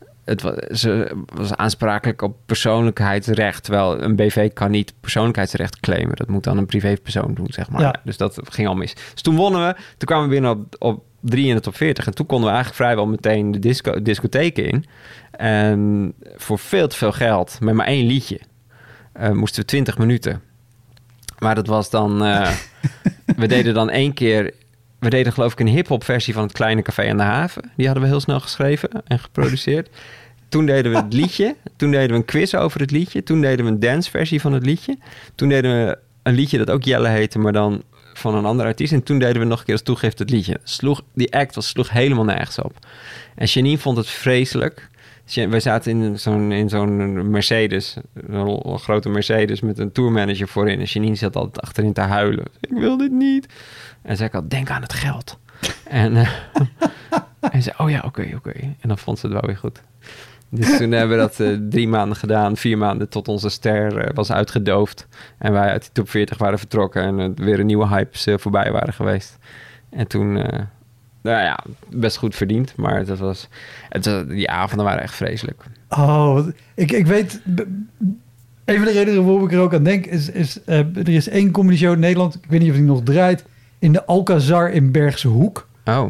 ze was aansprakelijk op persoonlijkheidsrecht. Terwijl een BV kan niet persoonlijkheidsrecht claimen. Dat moet dan een privépersoon doen, zeg maar. Ja. Dus dat ging al mis. Dus toen wonnen we. Toen kwamen we binnen op 3 in de top 40. En toen konden we eigenlijk vrijwel meteen de discotheek in. En voor veel te veel geld, met maar 1 liedje, moesten we 20 minuten. Maar dat was dan... we deden dan 1 keer... We deden geloof ik een hip-hop versie van het Kleine Café aan de Haven. Die hadden we heel snel geschreven en geproduceerd. Toen deden we het liedje. Toen deden we een quiz over het liedje. Toen deden we een danceversie van het liedje. Toen deden we een liedje dat ook Jelle heette, maar dan van een andere artiest. En toen deden we nog een keer als toegift het liedje. Die act sloeg helemaal nergens op. En Janine vond het vreselijk. We zaten in zo'n Mercedes, een grote Mercedes met een tourmanager voorin. En Janine zat altijd achterin te huilen. Ik wil dit niet. En zei ik al, denk aan het geld. En zei, oké. En dan vond ze het wel weer goed. Dus toen hebben we dat 3 maanden gedaan, 4 maanden tot onze ster was uitgedoofd. En wij uit die top 40 waren vertrokken en weer een nieuwe hypes voorbij waren geweest. En toen, best goed verdiend. Maar die avonden waren echt vreselijk. Ik weet... Een van de redenen waarom ik er ook aan denk is er is 1 comedy show in Nederland. Ik weet niet of die nog draait. In de Alcazar in Bergse Hoek.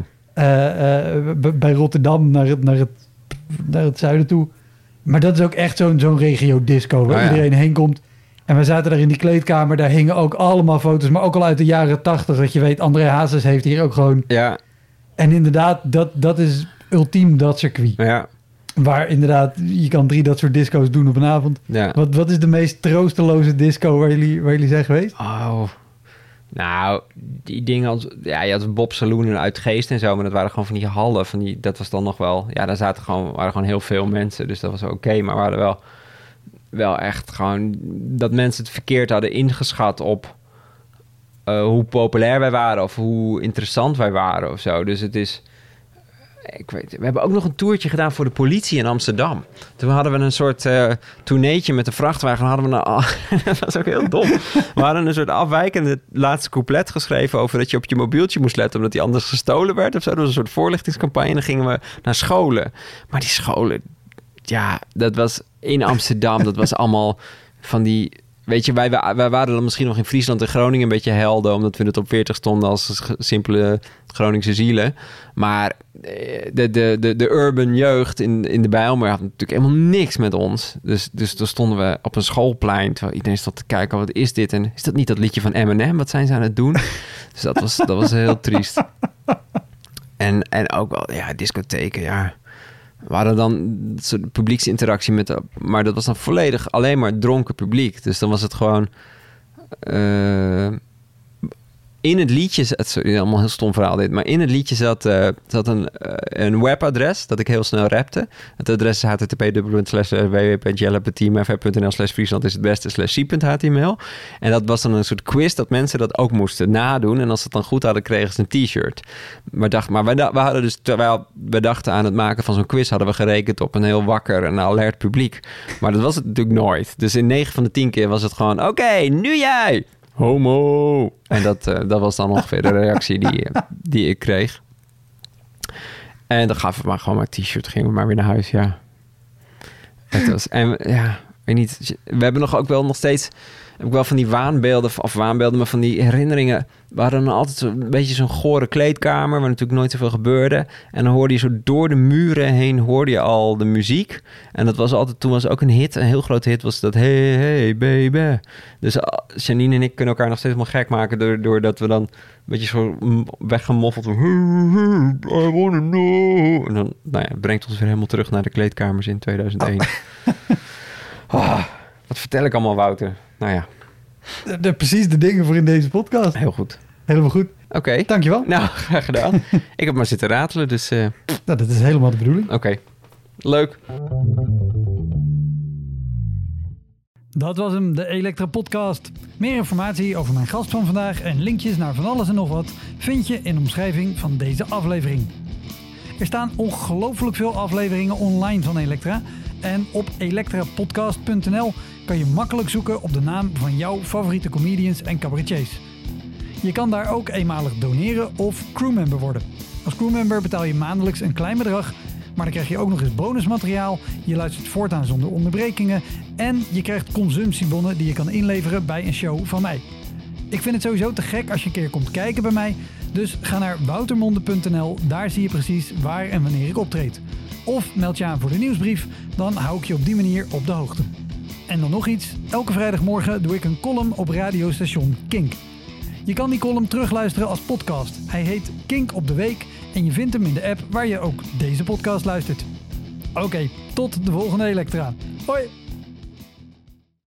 Bij Rotterdam naar het zuiden toe. Maar dat is ook echt zo'n regio disco waar iedereen heen komt. En we zaten daar in die kleedkamer. Daar hingen ook allemaal foto's, maar ook al uit de jaren 80. Dat je weet, André Hazes heeft hier ook gewoon... Ja. En inderdaad, dat is ultiem dat circuit. Ja. Waar inderdaad, je kan 3 dat soort disco's doen op een avond. Ja. Wat is de meest troosteloze disco waar jullie zijn geweest? Nou, die dingen als... Ja, je had Bob Saloon en Uitgeest en zo, maar dat waren gewoon van die hallen. Dat was dan nog wel... Ja, daar waren gewoon heel veel mensen, dus dat was oké. Maar we hadden wel echt gewoon... Dat mensen het verkeerd hadden ingeschat op hoe populair wij waren of hoe interessant wij waren of zo. Dus het is... we hebben ook nog een toertje gedaan voor de politie in Amsterdam. Toen hadden we een soort tourneetje met een vrachtwagen. Dat was ook heel dom. We hadden een soort afwijkende laatste couplet geschreven over dat je op je mobieltje moest letten omdat die anders gestolen werd of zo. Dat was een soort voorlichtingscampagne. En dan gingen we naar scholen. Maar die scholen, dat was in Amsterdam. Dat was allemaal van die... Weet je, wij waren dan misschien nog in Friesland en Groningen een beetje helden, omdat we het op 40 stonden als simpele Groningse zielen. Maar de urban jeugd in de Bijlmer had natuurlijk helemaal niks met ons. Dus toen stonden we op een schoolplein, terwijl iedereen stond te kijken, wat is dit? En is dat niet dat liedje van Eminem? Wat zijn ze aan het doen? Dus dat was heel triest. En ook wel, discotheken, We hadden dan een soort publieksinteractie maar dat was dan volledig alleen maar dronken publiek. Dus dan was het gewoon in het liedje... Sorry, allemaal heel stom verhaal dit. Maar in het liedje zat een webadres dat ik heel snel rapte. Het adres is http://www.jellapetteamfr.nl/Friesland is het beste/c.html. En dat was dan een soort quiz dat mensen dat ook moesten nadoen. En als ze het dan goed hadden, kregen ze een t-shirt. Maar we hadden dus, terwijl we dachten aan het maken van zo'n quiz... hadden we gerekend op een heel wakker en alert publiek. Maar dat was het natuurlijk nooit. Dus in 9 van de 10 keer was het gewoon... Oké, nu jij! Homo! En dat was dan ongeveer de reactie die ik kreeg. En dan gaven we maar gewoon mijn t-shirt, gingen we maar weer naar huis, ja. Het was, en ja, weet niet. We hebben nog steeds... Heb ik wel van die waanbeelden, maar van die herinneringen. We hadden dan altijd een beetje zo'n gore kleedkamer, waar natuurlijk nooit zoveel gebeurde. En dan hoorde je zo door de muren heen, hoorde je al de muziek. En dat was altijd, toen was ook een hit, een heel groot hit, was dat Hey, hey, baby. Dus Janine en ik kunnen elkaar nog steeds wel gek maken, doordat we dan een beetje zo weggemoffeld. I wanna know. En dan, nou ja, brengt ons weer helemaal terug naar de kleedkamers in 2001. Wat vertel ik allemaal, Wouter? Nou ja. Precies de dingen voor in deze podcast. Heel goed. Helemaal goed. Oké. Dankjewel. Nou, graag gedaan. Ik heb maar zitten ratelen, dus... Nou, dat is helemaal de bedoeling. Oké. Leuk. Dat was hem, de Elektra Podcast. Meer informatie over mijn gast van vandaag en linkjes naar van alles en nog wat... vind je in de omschrijving van deze aflevering. Er staan ongelooflijk veel afleveringen online van Elektra... En op elektrapodcast.nl kan je makkelijk zoeken op de naam van jouw favoriete comedians en cabaretiers. Je kan daar ook eenmalig doneren of crewmember worden. Als crewmember betaal je maandelijks een klein bedrag, maar dan krijg je ook nog eens bonusmateriaal. Je luistert voortaan zonder onderbrekingen en je krijgt consumptiebonnen die je kan inleveren bij een show van mij. Ik vind het sowieso te gek als je een keer komt kijken bij mij, dus ga naar woutermonde.nl, daar zie je precies waar en wanneer ik optreed. Of meld je aan voor de nieuwsbrief, dan hou ik je op die manier op de hoogte. En dan nog iets, elke vrijdagmorgen doe ik een column op radiostation Kink. Je kan die column terugluisteren als podcast. Hij heet Kink op de Week en je vindt hem in de app waar je ook deze podcast luistert. Oké, tot de volgende Elektra. Hoi!